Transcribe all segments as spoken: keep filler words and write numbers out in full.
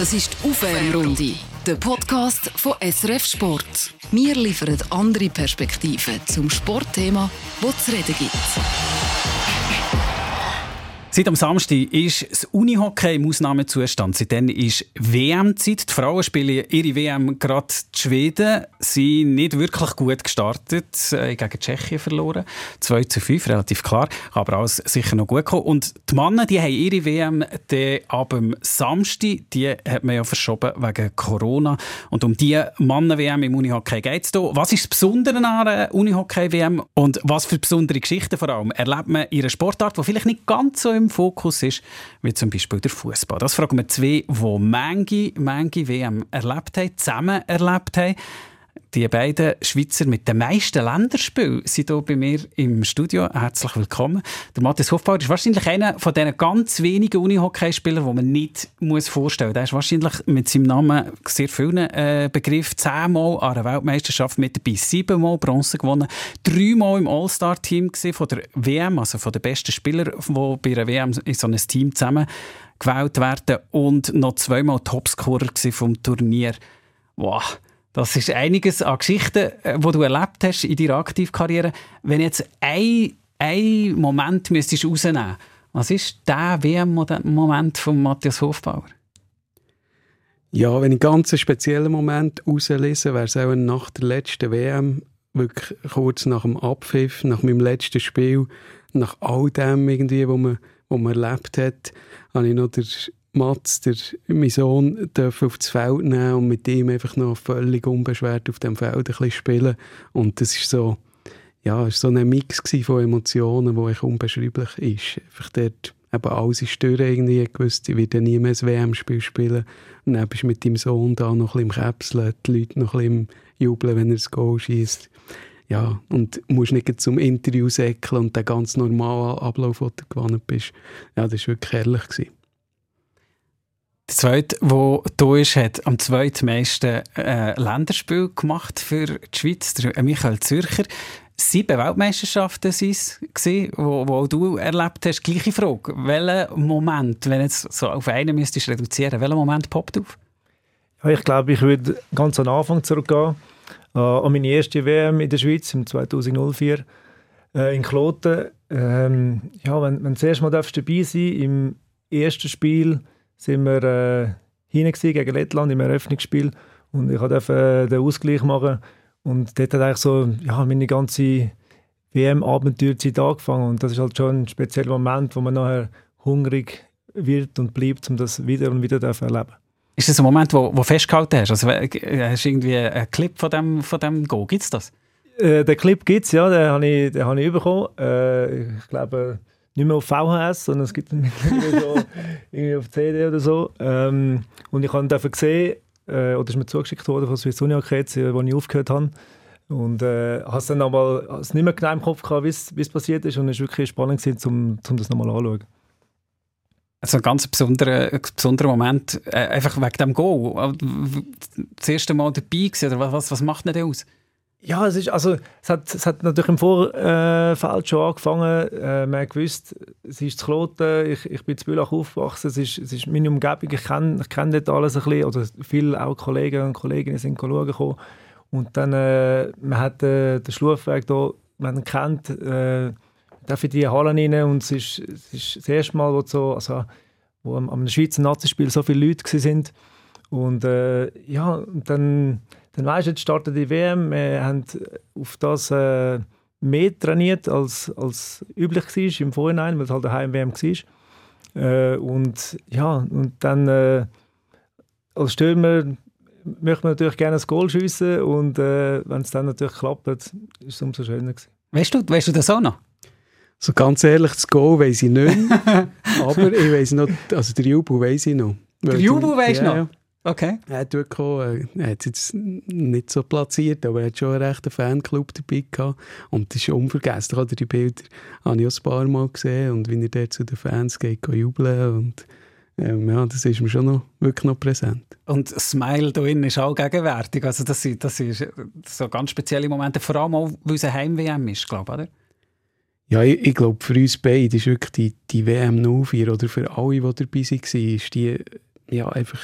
Das ist die Aufwärmrunde, der Podcast von S R F Sport. Wir liefern andere Perspektiven zum Sportthema, das zu reden gibt. Seit am Samstag ist das Unihockey im Ausnahmezustand. Seitdem ist W M-Zeit. Die Frauen spielen ihre W M gerade in Schweden. Sie sind nicht wirklich gut gestartet. Äh, gegen Tschechien verloren. zwei zu fünf, relativ klar. Aber alles sicher noch gut gekommen. Und die Männer, die haben ihre W M dann ab dem Samstag. Die hat man ja verschoben wegen Corona. Und um diese Männer-W M im Unihockey geht es hier. Was ist das Besondere an einer Unihockey-W M? Und was für besondere Geschichten vor allem erlebt man in einer Sportart, die vielleicht nicht ganz so im Fokus ist, wie zum Beispiel der Fußball. Das fragen wir zwei, die manche, manche W M erlebt haben, zusammen erlebt haben. Die beiden Schweizer mit den meisten Länderspielen sind hier bei mir im Studio. Herzlich willkommen. Der Matthias Hofbauer ist wahrscheinlich einer von diesen ganz wenigen Unihockeyspielern, die man nicht muss vorstellen muss. Er ist wahrscheinlich mit seinem Namen sehr vielen äh, Begriff zehnmal an einer Weltmeisterschaft mit dabei, siebenmal Bronze gewonnen, dreimal im All-Star-Team von der W M, also von den besten Spielern, die bei einer W M in so einem Team zusammen gewählt werden und noch zweimal Topscorer vom Turnier. Wow. Das ist einiges an Geschichten, die du erlebt hast in deiner Aktivkarriere. Wenn jetzt ein, ein Moment müsstest rausnehmen, was ist der W M-Moment von Matthias Hofbauer? Ja, wenn ich einen ganz speziellen Moment rauslese, wäre es auch nach der letzten W M, wirklich kurz nach dem Abpfiff, nach meinem letzten Spiel, nach all dem, irgendwie, was man, was man erlebt hat, habe ich noch der Mats, der, mein Sohn, darf auf das Feld nehmen und mit ihm einfach noch völlig unbeschwert auf dem Feld ein bisschen spielen. Und das war so, ja, so ein Mix von Emotionen, der echt unbeschreiblich ist. Einfach dort eben alles ist durch irgendwie. Ich wusste, ich werde nie mehr ein W M-Spiel spielen. Und dann bist du mit deinem Sohn da noch ein bisschen im Käpseln, die Leute noch ein bisschen im Jubeln, wenn er das Goal schießt. Ja, und du musst nicht zum Interview säckeln und den ganz normalen Ablauf, den du gewonnen bist. Ja, das war wirklich herrlich gewesen. Der Zweite, der hier ist, hat am zweitmeisten äh, Länderspiel gemacht für die Schweiz, der Michael Zürcher. Sieben Weltmeisterschaften waren es, die auch du erlebt hast. Gleiche Frage. Welcher Moment, wenn du jetzt so auf einen müsstest reduzieren, welcher Moment poppt auf? Ja, ich glaube, ich würde ganz am Anfang zurückgehen. Äh, an meine erste W M in der Schweiz im zweitausendvier äh, in Kloten. Ähm, ja, wenn, wenn du das erste Mal dabei sein im ersten Spiel sind wir äh, hinten gegen Lettland im Eröffnungsspiel und ich durfte äh, den Ausgleich machen und dort hat eigentlich so ja, meine ganze W M-Abenteuerzeit angefangen und das ist halt schon ein spezieller Moment, wo man nachher hungrig wird und bleibt, um das wieder und wieder zu erleben. Ist das ein Moment, wo du festgehalten hast? Also, hast du irgendwie einen Clip von dem, von dem Go? Gibt es das? Äh, den Clip gibt es, ja, den habe ich, den habe ich bekommen. Äh, ich glaube, nicht mehr auf V H S, sondern es gibt ihn so irgendwie auf C D oder so. Ähm, und ich habe ihn gesehen, äh, oder ist mir zugeschickt worden von Swiss Unihockey, wo ich aufgehört habe. Und äh, habe es dann nochmal nicht mehr genau im Kopf gehabt, wie es passiert ist. Und es war wirklich spannend, um, um das nochmal anzuschauen. Also ein ganz besonderer, besonderer Moment, äh, einfach wegen dem Goal. Das erste Mal dabei gewesen, oder was, was macht denn das aus? Ja, es, ist, also, es, hat, es hat natürlich im Vorfeld schon angefangen. Äh, man hat gewusst, es ist zu Kloten, ich, ich bin in Bülach aufgewachsen, es ist, es ist meine Umgebung, ich kenne ich kenn dort alles ein bisschen, oder viele auch Kollegen und Kolleginnen sind schauen gekommen. Und dann, äh, man hat äh, den Schlufweg hier, man hat ihn kennt, äh, darf in die Hallen rein und es ist, es ist das erste Mal, wo, so, also, wo am, am Schweizer Nazispiel so viele Leute waren. Und äh, ja, und dann... Dann weisst du, jetzt startet die W M. Wir haben auf das äh, mehr trainiert, als, als üblich war im Vorhinein, weil es halt eine Heim-W M war. Äh, und ja, und dann äh, als Stürmer möchte man natürlich gerne ein Goal schiessen und äh, wenn es dann natürlich klappt, ist es umso schöner gewesen. Weißt du, weißt du das auch noch? So ganz ehrlich, das Goal weiss ich nicht. Aber ich weiss noch, also der Jubel weiss ich noch. Der Jubel weisst du ja, noch? Ja. Okay. Er hat wirklich auch, äh, er hat es jetzt nicht so platziert, aber er hat schon einen rechten Fanclub dabei gehabt. Und das ist unvergessen. Oder die Bilder habe ich auch ein paar Mal gesehen. Und wie er dort zu den Fans geht, geht jubeln. Und ähm, ja, das ist mir schon noch, wirklich noch präsent. Und das Smile da drin ist auch gegenwärtig. Also das sind, das sind so ganz spezielle Momente, vor allem auch, weil es eine Heim-W M ist, glaube ich, oder? Ja, ich, ich glaube, für uns beide ist wirklich die, die W M null vier, oder für alle, die dabei waren, ist die ja, einfach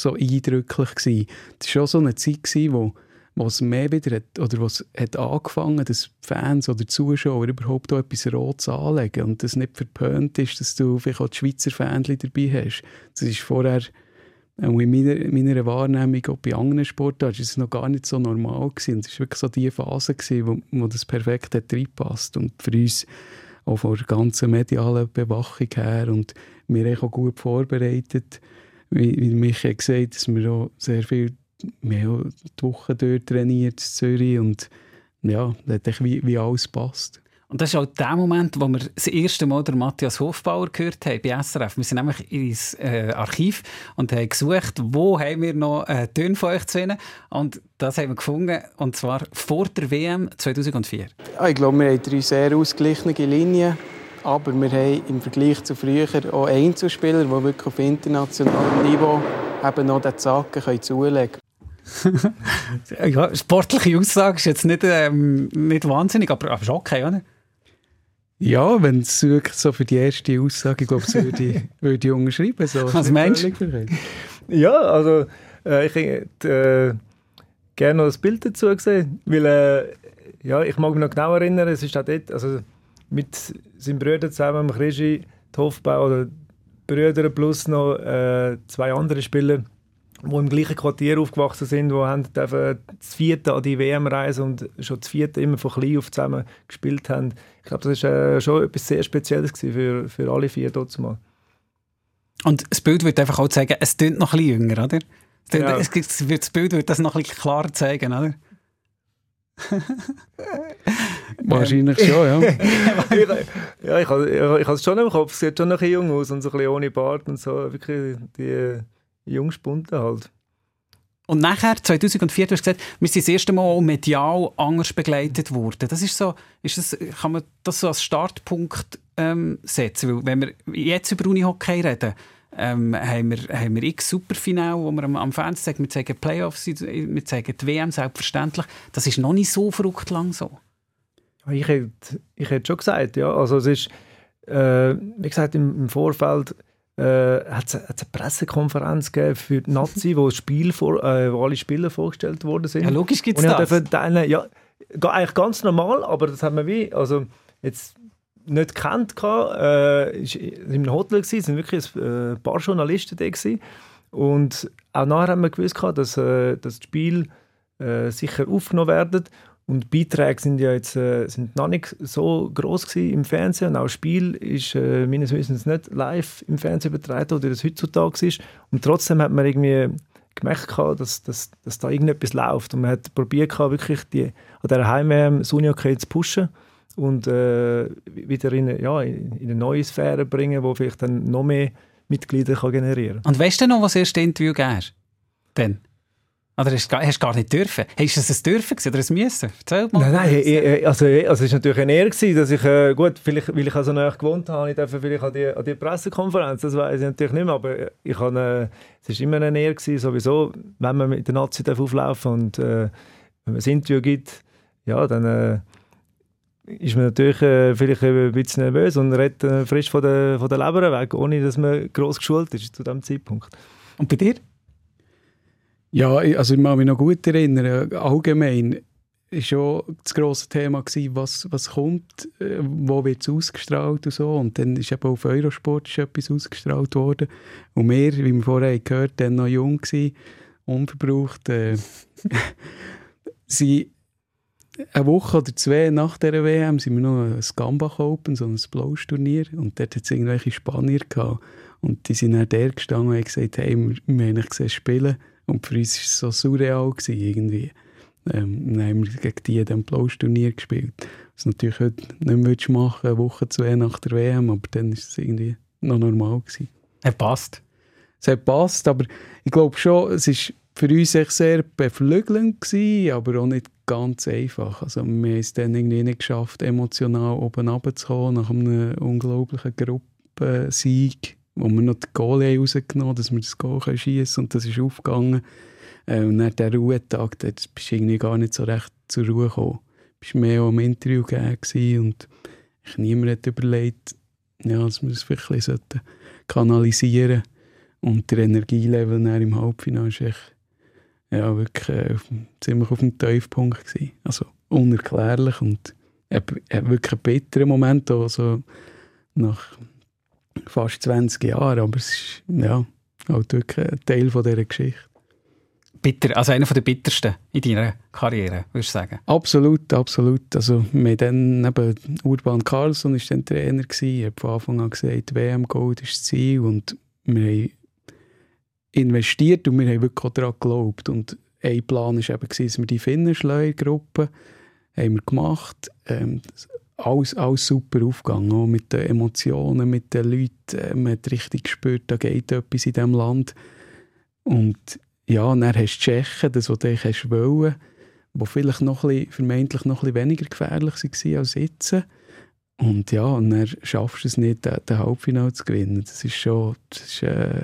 so eindrücklich gewesen. Das war schon so eine Zeit gewesen, wo wo es mehr wieder hat, oder was hat angefangen, dass Fans oder Zuschauer überhaupt auch etwas Rotes anlegen und das nicht verpönt ist, dass du vielleicht auch die Schweizer Fähnchen dabei hast. Das ist vorher, auch in meiner, meiner Wahrnehmung, auch bei anderen Sportarten, ist es noch gar nicht so normal gewesen. Und es war wirklich so die Phase gewesen, wo, wo das perfekt hat reingepasst und für uns auch von der ganzen medialen Bewachung her und wir haben auch gut vorbereitet, wie, wie Michael gesagt hat, dass wir auch sehr viel wir haben die Woche dort trainiert in Zürich und ja, da hat wie, wie alles passt. Und das ist auch der Moment, wo wir das erste Mal den Matthias Hofbauer gehört haben bei S R F. Wir sind nämlich ins äh, Archiv und haben gesucht, wo haben wir noch äh, Töne von euch zu sehen. Und das haben wir gefunden, und zwar vor der W M zweitausendvier. Ja, ich glaube, wir haben drei sehr ausgeglichene Linien, aber wir haben im Vergleich zu früher auch Einzelspieler, die wirklich auf internationalem Niveau eben noch den Zacken zulegen können. Ja, sportliche Aussage ist jetzt nicht, ähm, nicht wahnsinnig, aber, aber ist okay, oder? Ja, wenn es wirklich so für die erste Aussage, ich glaube, das würde ich, würde ich unterschreiben. So. Was meinst du? Ja, also äh, ich hätte äh, gerne noch das Bild dazu gesehen, weil äh, ja, ich mag mich noch genau erinnern, es ist auch dort, also mit seinen Brüdern zusammen, mit Regie, Hofbau oder Brüder plus noch äh, zwei andere Spieler, die im gleichen Quartier aufgewachsen sind, die haben das vierte an die W M reisen und schon das vierte immer von klein auf zusammen gespielt haben. Ich glaube, das war äh, schon etwas sehr Spezielles für, für alle vier dort mal. Und das Bild würde einfach auch zeigen, es klingt noch ein bisschen jünger, oder? Das, ja. es, das Bild würde das noch ein bisschen klarer zeigen, oder? Wahrscheinlich schon, ja. ich, ja, ich habe ich es schon im Kopf, es sieht schon noch ein bisschen jung aus und so ein bisschen ohne Bart und so, wirklich die Jungspunde halt. Und nachher, zweitausendvier, du hast gesagt, wir sind das erste Mal auch medial anders begleitet worden. Das ist so, ist das, kann man das so als Startpunkt ähm, setzen? Weil wenn wir jetzt über Unihockey reden, ähm, haben, wir, haben wir x Superfinale, wo wir am, am Fernsehen sagen, wir zeigen Playoffs, wir zeigen die W M selbstverständlich. Das ist noch nicht so verrückt lang so. Ich hätte, ich hätte schon gesagt, ja. Also es ist, äh, wie gesagt, im, im Vorfeld Äh, hat es eine Pressekonferenz gegeben für die Nazi, wo, Spiel vor, äh, wo alle Spieler vorgestellt worden sind. Ja, logisch gibt es das. Denen, ja, eigentlich ganz normal, aber das haben wir wie, also jetzt nicht gekannt gehabt. Äh, es war in einem Hotel, es waren wirklich ein äh, paar Journalisten da gewesen. Und auch nachher haben wir gewusst gehabt, dass, äh, dass die Spiele äh, sicher aufgenommen werden. Und die Beiträge sind ja jetzt äh, sind noch nicht so gross im Fernsehen. Und auch das Spiel ist äh, meines Wissens nicht live im Fernsehen übertragen, oder das heutzutage ist. Und trotzdem hat man irgendwie gemerkt, dass, dass, dass da irgendetwas läuft. Und man hat probiert, wirklich die, an dieser Heim-W M das Unihockey zu pushen und äh, wieder in, ja, in eine neue Sphäre bringen, die vielleicht dann noch mehr Mitglieder kann generieren kann. Und weißt du noch, was das erste Interview gegeben hast? Dann? Oder hast du gar, gar nicht dürfen? Hast du es dürfen oder es müssen? Erzähl mal. Nein, nein, ich, also, also es war natürlich eine Ehre, dass ich, äh, gut, vielleicht, weil ich so nahe gewohnt habe, ich durfte vielleicht an die, an die Pressekonferenz, das weiß ich natürlich nicht mehr, aber ich habe, äh, es war immer eine Ehre gewesen, sowieso, wenn man mit der Nazi auflaufen und äh, wenn man ein Interview gibt, ja, dann äh, ist man natürlich äh, vielleicht ein bisschen nervös und redet äh, frisch von der, von der Leber weg, ohne dass man gross geschult ist zu diesem Zeitpunkt. Und bei dir? Ja, also ich kann mich noch gut erinnern. Allgemein war schon das grosse Thema gewesen, was, was kommt, wo wird es ausgestrahlt und so. Und dann ist eben auf Eurosport etwas ausgestrahlt worden. Und wir, wie wir vorher gehört haben, noch jung gewesen, unverbraucht, äh, sind eine Woche oder zwei nach dieser W M sind wir noch ein Gambach Open, so ein Blows-Turnier. Und dort hat es irgendwelche Spanier gehabt. Und die sind dann der gestanden und haben gesagt, hey, wir, wir haben gesehen spielen. Und für uns war es so surreal gewesen, irgendwie. Ähm, dann haben wir gegen die in diesem Blows-Turnier gespielt. Was natürlich heute nicht mehr machen, eine Woche, zwei nach der W M, aber dann war es irgendwie noch normal gewesen. Es passt. Es hat passt, aber ich glaube schon, es war für uns echt sehr beflügelnd gewesen, aber auch nicht ganz einfach. Also wir haben es dann irgendwie nicht geschafft, emotional oben runterzukommen, nach einem unglaublichen Gruppensieg, wo wir noch die Goalie rausgenommen haben, dass wir das Goal schiessen können, und das ist aufgegangen. Äh, und nach diesem Ruhetag, da bist du irgendwie gar nicht so recht zur Ruhe gekommen. Du warst mehr am Interview gegeben und ich, niemand hat überlegt, ja, dass wir das vielleicht ein bisschen kanalisieren sollten. Und der Energielevel im Halbfinale war echt, ja, wirklich äh, ziemlich auf dem Tiefpunkt gewesen. Also unerklärlich und äh, äh, wirklich ein bitterer Moment, also nach fast zwanzig Jahren, aber es ist ja, halt wirklich ein Teil von dieser Geschichte. Bitter, also einer der bittersten in deiner Karriere, würdest du sagen? Absolut, absolut. Also wir dann eben, Urban Carlsson war dann Trainer gewesen. Ich habe von Anfang an gesagt, W M-Gold ist das Ziel und wir haben investiert und wir haben wirklich auch daran geglaubt. Und ein Plan war eben, dass wir die Finnen-Schleier-Gruppe haben wir gemacht. Ähm, alles, alles super aufgegangen, auch mit den Emotionen, mit den Leuten. Man hat richtig gespürt, da geht etwas in diesem Land. Und ja, und dann hast du Tschechen, das, was du eigentlich wollen, die vielleicht noch ein bisschen, vermeintlich noch ein bisschen weniger gefährlich waren als jetzt. Und ja, und dann schaffst du es nicht, den, den Halbfinale zu gewinnen. Das ist schon, das ist, äh,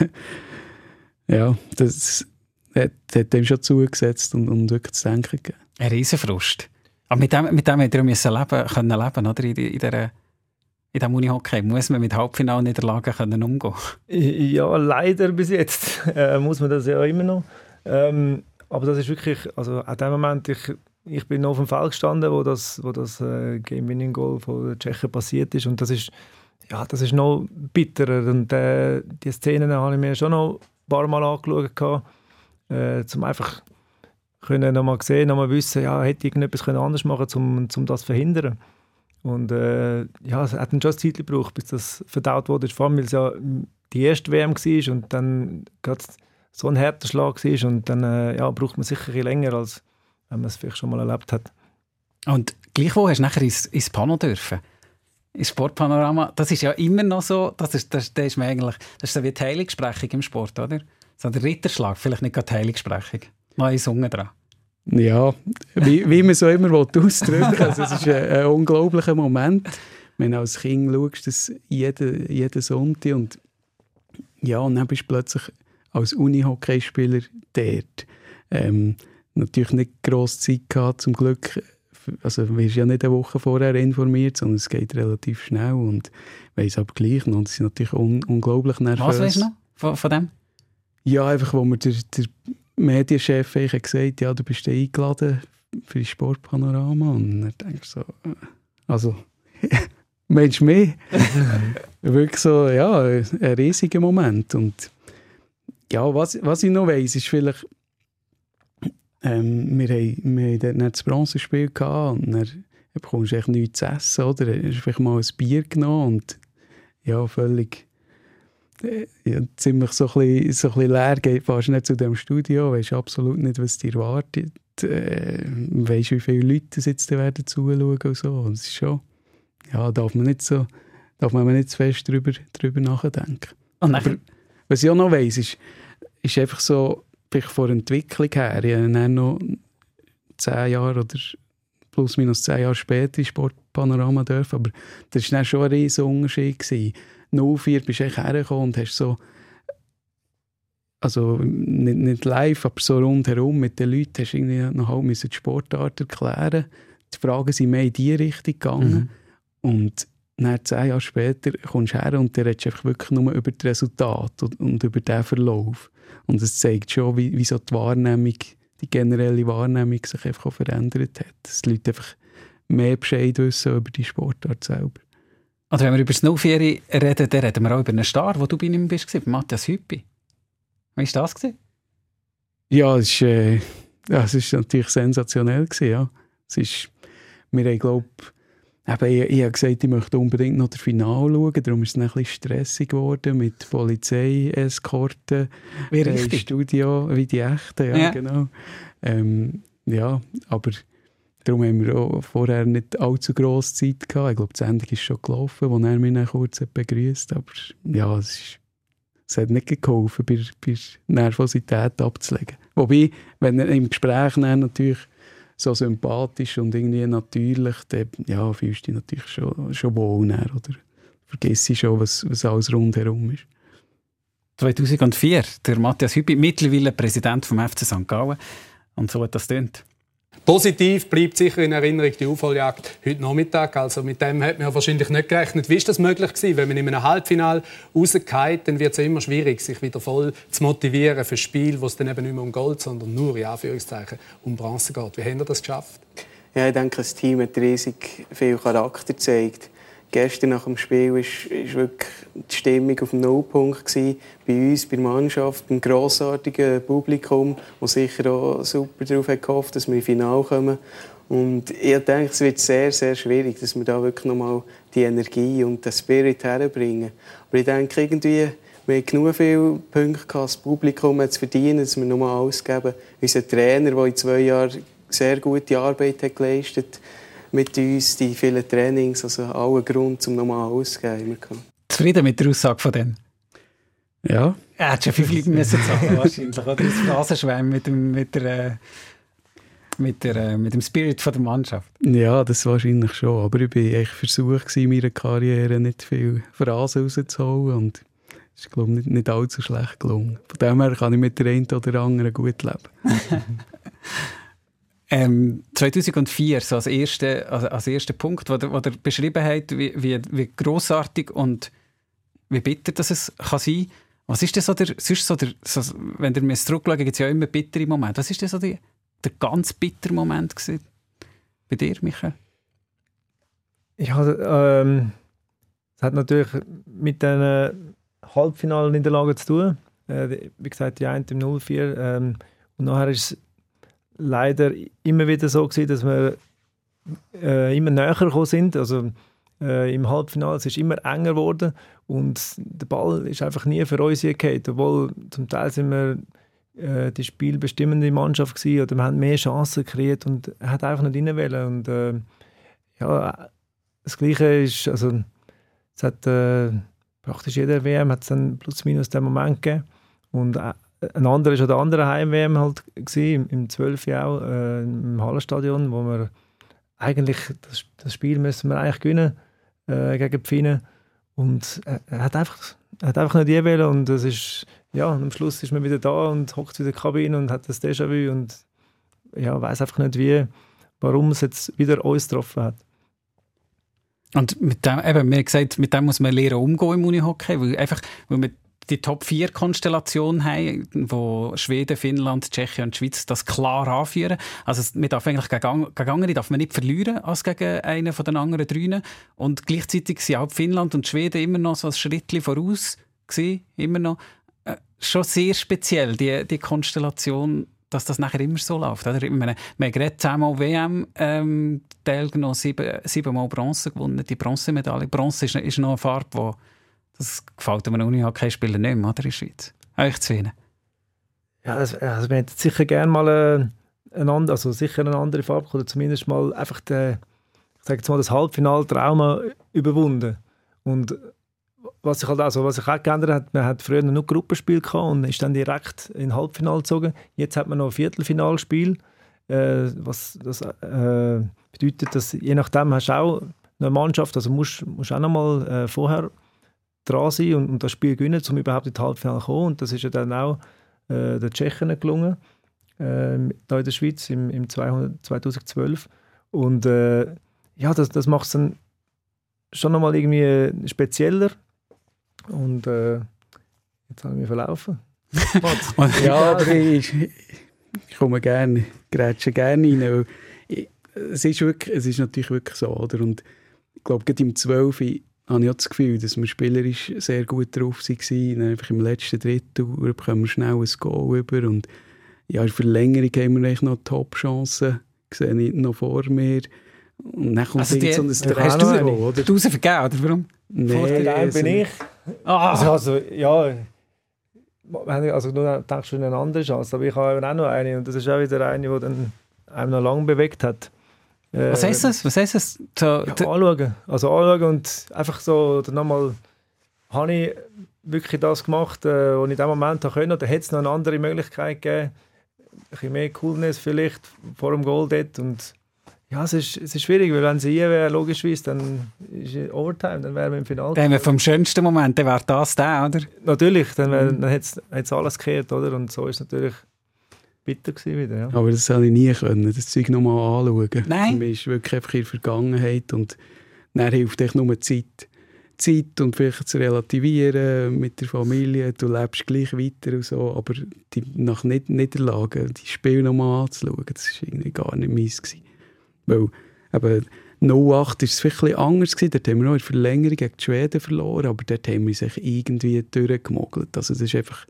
ja, das hat, hat dem schon zugesetzt und, und wirklich zu denken gegeben. Ein Riesenfrust. Aber mit dem, mit dem hätte er müssen leben können, leben, oder? In, in, der, in diesem Unihockey muss man mit Halbfinalniederlagen können umgehen. Ja, leider bis jetzt äh, muss man das ja immer noch. Ähm, aber das ist wirklich, also an dem Moment, ich, ich bin noch auf dem Feld gestanden, wo das, wo das äh, Game-Winning-Goal von der Tschechen passiert ist und das ist, ja, das ist noch bitterer und äh, die Szenen habe ich mir schon noch ein paar Mal angeschaut, äh, um einfach können noch mal sehen, noch mal wissen, ja, hätte ich irgendetwas anders machen können, um, um das zu verhindern. Und äh, ja, es hat dann schon ein Zeit gebraucht, bis das verdaut wurde. Vor allem, weil es ja die erste W M war und dann gerade so ein harter Schlag war und dann äh, ja, braucht man sicher ein bisschen länger, als wenn man es vielleicht schon mal erlebt hat. Und gleichwohl hast du nachher ins, ins Pano dürfen. Ins Sportpanorama. Das ist ja immer noch so, das ist, das, das ist mir eigentlich, das ist so wie die Heiligsprechung im Sport, oder? So der Ritterschlag, vielleicht nicht gerade die Heiligsprechung. Noch ein Sungen dran. Ja, wie, wie man so immer ausdrücken will. Also es ist ein, ein unglaublicher Moment. Wenn du als Kind schaust, das jeden, jeden Sonntag und ja, und dann bist du plötzlich als Unihockeyspieler dort. Ähm, natürlich nicht grosse Zeit gehabt, zum Glück. Also du wirst ja nicht eine Woche vorher informiert, sondern es geht relativ schnell und ich weiss aber gleich noch, und es ist natürlich un- unglaublich nervös. Was weisst du noch von, von dem? Ja, einfach, wo mir der, der Medienchef hat gesagt, ja, du bist eingeladen für das Sportpanorama. Und dann denkst du so, also, Mensch, mehr? Wirklich so, ja, ein riesiger Moment. Und ja, was, was ich noch weiss, ist vielleicht, ähm, wir haben, wir haben dort nicht das Bronzespiel gehabt und dann bekommst du echt nichts zu essen, oder? Du hast vielleicht mal ein Bier genommen und ja, völlig... Ja, ziemlich so ein bisschen, so ein bisschen leer, geht fast nicht zu dem Studio, weisst absolut nicht, was dir erwartet, äh, weisst, wie viele Leute jetzt werden zuschauen und so. Und es ist schon, ja, darf man nicht so, darf man nicht zu fest drüber, drüber nachdenken. Und Aber was ich auch noch weiss, ist, ist einfach so, vielleicht von der Entwicklung her, ich habe dann noch zehn Jahre oder plus minus zehn Jahre später in Sportpanorama dürfen, aber das war dann schon ein riesen Unterschied gewesen. null vier bist du hergekommen und hast so, also nicht, nicht live, aber so rundherum mit den Leuten, hast du irgendwie noch halb die Sportart erklären. Die Fragen sind mehr in diese Richtung gegangen. Mhm. Und dann, zehn Jahre später kommst du her und dann redest du einfach wirklich nur über das Resultat und, und über den Verlauf. Und es zeigt schon, wie, wie so die Wahrnehmung, die generelle Wahrnehmung sich einfach auch verändert hat. Dass die Leute einfach mehr Bescheid wissen über die Sportart selber. Oder wenn wir über das null vier reden, dann reden wir auch über einen Star, wo du bei ihm bist, Matthias Hüppi. Wie war das? Ja, es war äh, ja, natürlich sensationell gewesen, ja. Es ist, wir haben, glaube ich, ich, ich habe gesagt, ich möchte unbedingt noch das Finale schauen, darum ist es ein bisschen stressig geworden mit Polizeieskorten, wie äh, richtig. Studio, wie die echten, ja, ja. genau. Ähm, ja, aber darum haben wir auch vorher nicht allzu grosse Zeit gehabt. Ich glaube, die Sendung ist schon gelaufen, wo er mich dann kurz begrüßt hat. Aber ja, es, ist, es hat nicht geholfen, bei, bei Nervosität abzulegen. Wobei, wenn er im Gespräch dann natürlich so sympathisch und irgendwie natürlich, dann ja, fühlst du dich natürlich schon, schon wohl dann, oder vergisst du schon, was, was alles rundherum ist. zweitausendvier, der Matthias Hüppi, mittlerweile Präsident vom F C Sankt Gallen. Und so hat das tönt. Positiv bleibt sicher in Erinnerung die Aufholjagd heute Nachmittag. Also mit dem hat man ja wahrscheinlich nicht gerechnet. Wie ist das möglich gewesen? Wenn man in einem Halbfinale rausgeht, dann wird es ja immer schwierig, sich wieder voll zu motivieren für ein Spiel, wo es dann eben nicht mehr um Gold, sondern nur in Anführungszeichen um Bronze geht. Wie haben Sie das geschafft? Ja, ich denke, das Team hat riesig viel Charakter gezeigt. Gestern nach dem Spiel war wirklich die Stimmung auf dem Nullpunkt gewesen. Bei uns, bei der Mannschaft, beim grossartigen Publikum, das sicher auch super darauf hat gehofft, dass wir ins Finale kommen. Und ich denke, es wird sehr, sehr schwierig, dass wir da wirklich nochmal die Energie und den Spirit herbringen. Aber ich denke, irgendwie, wir haben genug viele Punkte gehabt, das Publikum hat es verdient, dass wir nochmal alles geben. Unser Trainer, der in zwei Jahren sehr gute Arbeit hat geleistet hat, mit uns, die vielen Trainings, also allen Grund, um nochmal auszugeben. Zufrieden mit der Aussage von denen? Ja. Er hat schon fünf Leute müssen zahlen, wahrscheinlich. Oder das Phrasenschwein mit dem, mit, der, mit, der, mit dem Spirit von der Mannschaft. Ja, das wahrscheinlich schon. Aber ich war echt versucht, in meiner Karriere nicht viel Phrasen rauszuholen. Und es ist, glaube ich, nicht, nicht allzu schlecht gelungen. Von dem her kann ich mit der einen oder anderen gut leben. Ähm, zweitausendvier, so als erster also als erster Punkt, wo der, wo der beschrieben hat, wie, wie, wie grossartig und wie bitter das es kann sein. Was ist denn so der, sonst so der, so, wenn ihr mir zurückschaut, gibt es ja immer bittere Momente. Was ist denn so die, der ganz bittere Moment gewesen? Bei dir, Michael? Ja, ähm, es hat natürlich mit den Halbfinalniederlagen zu tun. Äh, wie gesagt, die eine im null vier. Ähm, und nachher ist es leider immer wieder so gewesen, dass wir äh, immer näher gekommen sind. Also äh, im Halbfinale es ist immer enger geworden und der Ball ist einfach nie für uns gefallen. Obwohl zum Teil sind wir äh, die spielbestimmende Mannschaft gewesen, oder wir haben mehr Chancen kreiert und er hat einfach nicht rein wollen. Und äh, ja, das Gleiche ist, also es hat äh, praktisch jeder W M hat es dann plus minus den Moment gegeben. Und äh, ein anderer war der andere Heim-W M halt gewesen, im zwölf auch, äh, im Hallenstadion, wo wir eigentlich, das, das Spiel müssen wir eigentlich gewinnen äh, gegen die Finnen. Und er, er hat einfach, er hat einfach nicht gewollt und das ist, ja, am Schluss ist man wieder da und hockt wieder in der Kabine und hat das Déjà-vu und ja, weiss einfach nicht wie, warum es jetzt wieder uns getroffen hat. Und mit dem, eben, wir haben gesagt, mit dem muss man lernen umgehen im Unihockey, weil einfach, weil wir die Top vier Konstellation haben, wo Schweden, Finnland, Tschechien und Schweiz das klar anführen. Also man darf eigentlich gegen, gegen andere darf man nicht verlieren als gegen einen von den anderen dreien. Und gleichzeitig sind auch Finnland und Schweden immer noch so ein Schrittchen voraus gewesen, immer noch. Äh, schon sehr speziell, die, die Konstellation, dass das nachher immer so läuft. Oder? Ich meine, wir haben gerade zehnmal W M ähm, teilgenommen, sieben, siebenmal Bronze gewonnen. Die Bronzemedaille. Bronze ist, ist noch eine Farbe, die das gefällt einem Unihockey-Spieler nicht mehr, oder, in der Schweiz. Euch zu finden. Ja, also, also wir hätten sicher gerne mal äh, eine, andere, also sicher eine andere Farbe oder zumindest mal einfach den, ich sage jetzt mal, das Halbfinal-Trauma überwunden. Und was sich halt also, was sich auch geändert hat, man hat früher nur Gruppenspiel gehabt und ist dann direkt in den Halbfinale gezogen. Jetzt hat man noch ein Viertelfinalspiel, äh, was das äh, bedeutet, dass je nachdem hast du auch eine Mannschaft, also musst, musst auch noch mal äh, vorher dran sein und, und das Spiel gewinnen, um überhaupt in die Halbfinale zu kommen. Und das ist ja dann auch äh, den Tschechen gelungen, äh, da in der Schweiz im, im zweitausendzwölf. Und äh, ja, das, das macht es dann schon nochmal irgendwie spezieller. Und äh, jetzt habe ich mich verlaufen. Ja, aber ich, ich komme gerne, grätsche gerne rein. Weil ich, es, ist wirklich, es ist natürlich wirklich so, oder? Und ich glaube, gerade im zwölf habe ich auch das Gefühl, dass wir spielerisch sehr gut drauf waren. Einfach im letzten Drittel bekommen wir schnell ein Goal über. Und ja, in der Verlängerung haben wir eigentlich noch Top-Chancen. Sehe ich noch vor mir. Und dann kommt also die, so ein hast du rausvergeben, oder? Du rausvergeben, oder warum? Nee, vor dir also, bin ich. Ah. Also, also, ja, also du denkst schon eine andere Chance, aber ich habe auch noch eine. Und das ist auch wieder eine, die dann einem noch lange bewegt hat. Was heisst das? Was heisst das? So, ja, anschauen. Also anschauen und einfach so, dann nochmal, habe ich wirklich das gemacht, äh, was ich in dem Moment konnte, oder hätte es noch eine andere Möglichkeit gegeben, ein bisschen mehr Coolness vielleicht vor dem Goal dort. Und ja, es ist, es ist schwierig, weil wenn sie hier wäre, logischerweise, dann ist es Overtime, dann wären wir im Finale. Dann vom schönsten Moment, dann wäre das der, oder? Natürlich, dann, wär, dann hätte es alles gekehrt, oder? Und so ist es natürlich bitter gewesen wieder, ja. Aber das habe ich nie können, das Zeug nochmal anschauen. Nein. Man ist wirklich einfach in der Vergangenheit und dann hilft echt nur Zeit. Zeit und vielleicht zu relativieren mit der Familie, du lebst gleich weiter und so, aber die, nach Nied- Niederlagen, die Spiele nochmal anzuschauen, das war irgendwie gar nicht meins gewesen. Weil eben null acht war es vielleicht ein bisschen anders gewesen, dort haben wir noch in der Verlängerung gegen die Schweden verloren, aber dort haben wir sich irgendwie durchgemogelt. Also das war einfach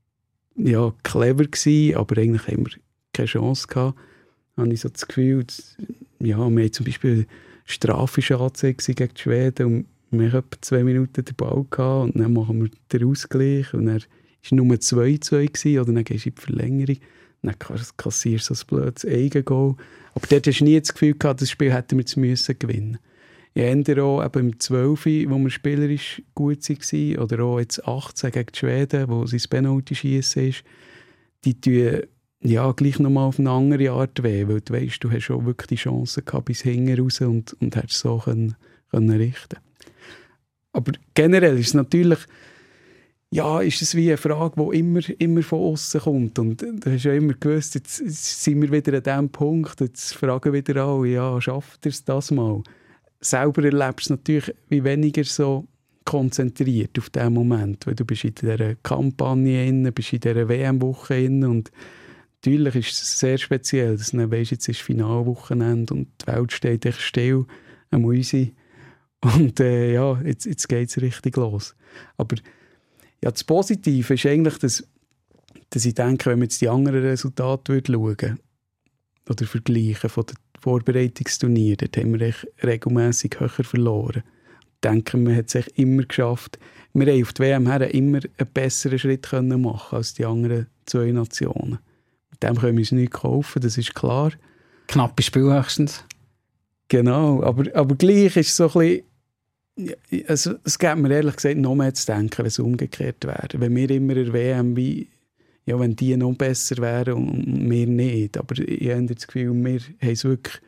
ja, clever gewesen, aber eigentlich haben wir keine Chance gehabt. Da habe ich so das Gefühl, dass, ja, wir haben zum Beispiel Strafe Anzeige gegen die Schweden und wir hatten etwa zwei Minuten den Ball gehabt und dann machen wir den Ausgleich und dann war es nur zwei zwei gewesen, oder dann gehst du in die Verlängerung und dann kassierst du so ein blödes Eigengoal. Aber dort hast du nie das Gefühl gehabt, das Spiel hätten wir jetzt müssen gewinnen. Ich erinnere auch eben im zwölf, wo wir spielerisch gut waren, oder auch jetzt achtzehn gegen die Schweden, wo sie das Penalty-Schiessen ist, die tun ja gleich nochmal auf eine andere Art weh, weil du weißt, du hast auch wirklich die Chance gehabt bis hinten raus und, und hättest so können, können richten. Aber generell ist es natürlich, ja, ist es wie eine Frage, die immer, immer von außen kommt. Und du hast ja immer gewusst, jetzt, jetzt sind wir wieder an diesem Punkt, jetzt fragen wieder alle, ja, schafft ihr es das mal? Selber erlebst du natürlich wie weniger so konzentriert auf diesen Moment, weil du bist in dieser Kampagne drin, bist in dieser W M-Woche drin und natürlich ist es sehr speziell, dass du weisst, jetzt ist Finalwochenende und die Welt steht echt still am Uisi. Und äh, ja, jetzt, jetzt geht es richtig los. Aber ja, das Positive ist eigentlich, dass, dass ich denke, wenn man jetzt die anderen Resultate schauen oder vergleichen von den Vorbereitungsturnieren, dort haben wir echt regelmässig höher verloren. Ich denke, man hat es echt immer geschafft. Wir haben auf die W M her immer einen besseren Schritt können machen als die anderen zwei Nationen. Mit dem können wir uns nicht kaufen, das ist klar. Knappe Spiel höchstens. Genau, aber, aber gleich ist es so ein bisschen, also, es gibt mir ehrlich gesagt noch mehr zu denken, wenn es umgekehrt wäre. Wenn wir immer in der W M, wie, ja, wenn die noch besser wären und wir nicht. Aber ich habe das Gefühl, wir haben es wirklich,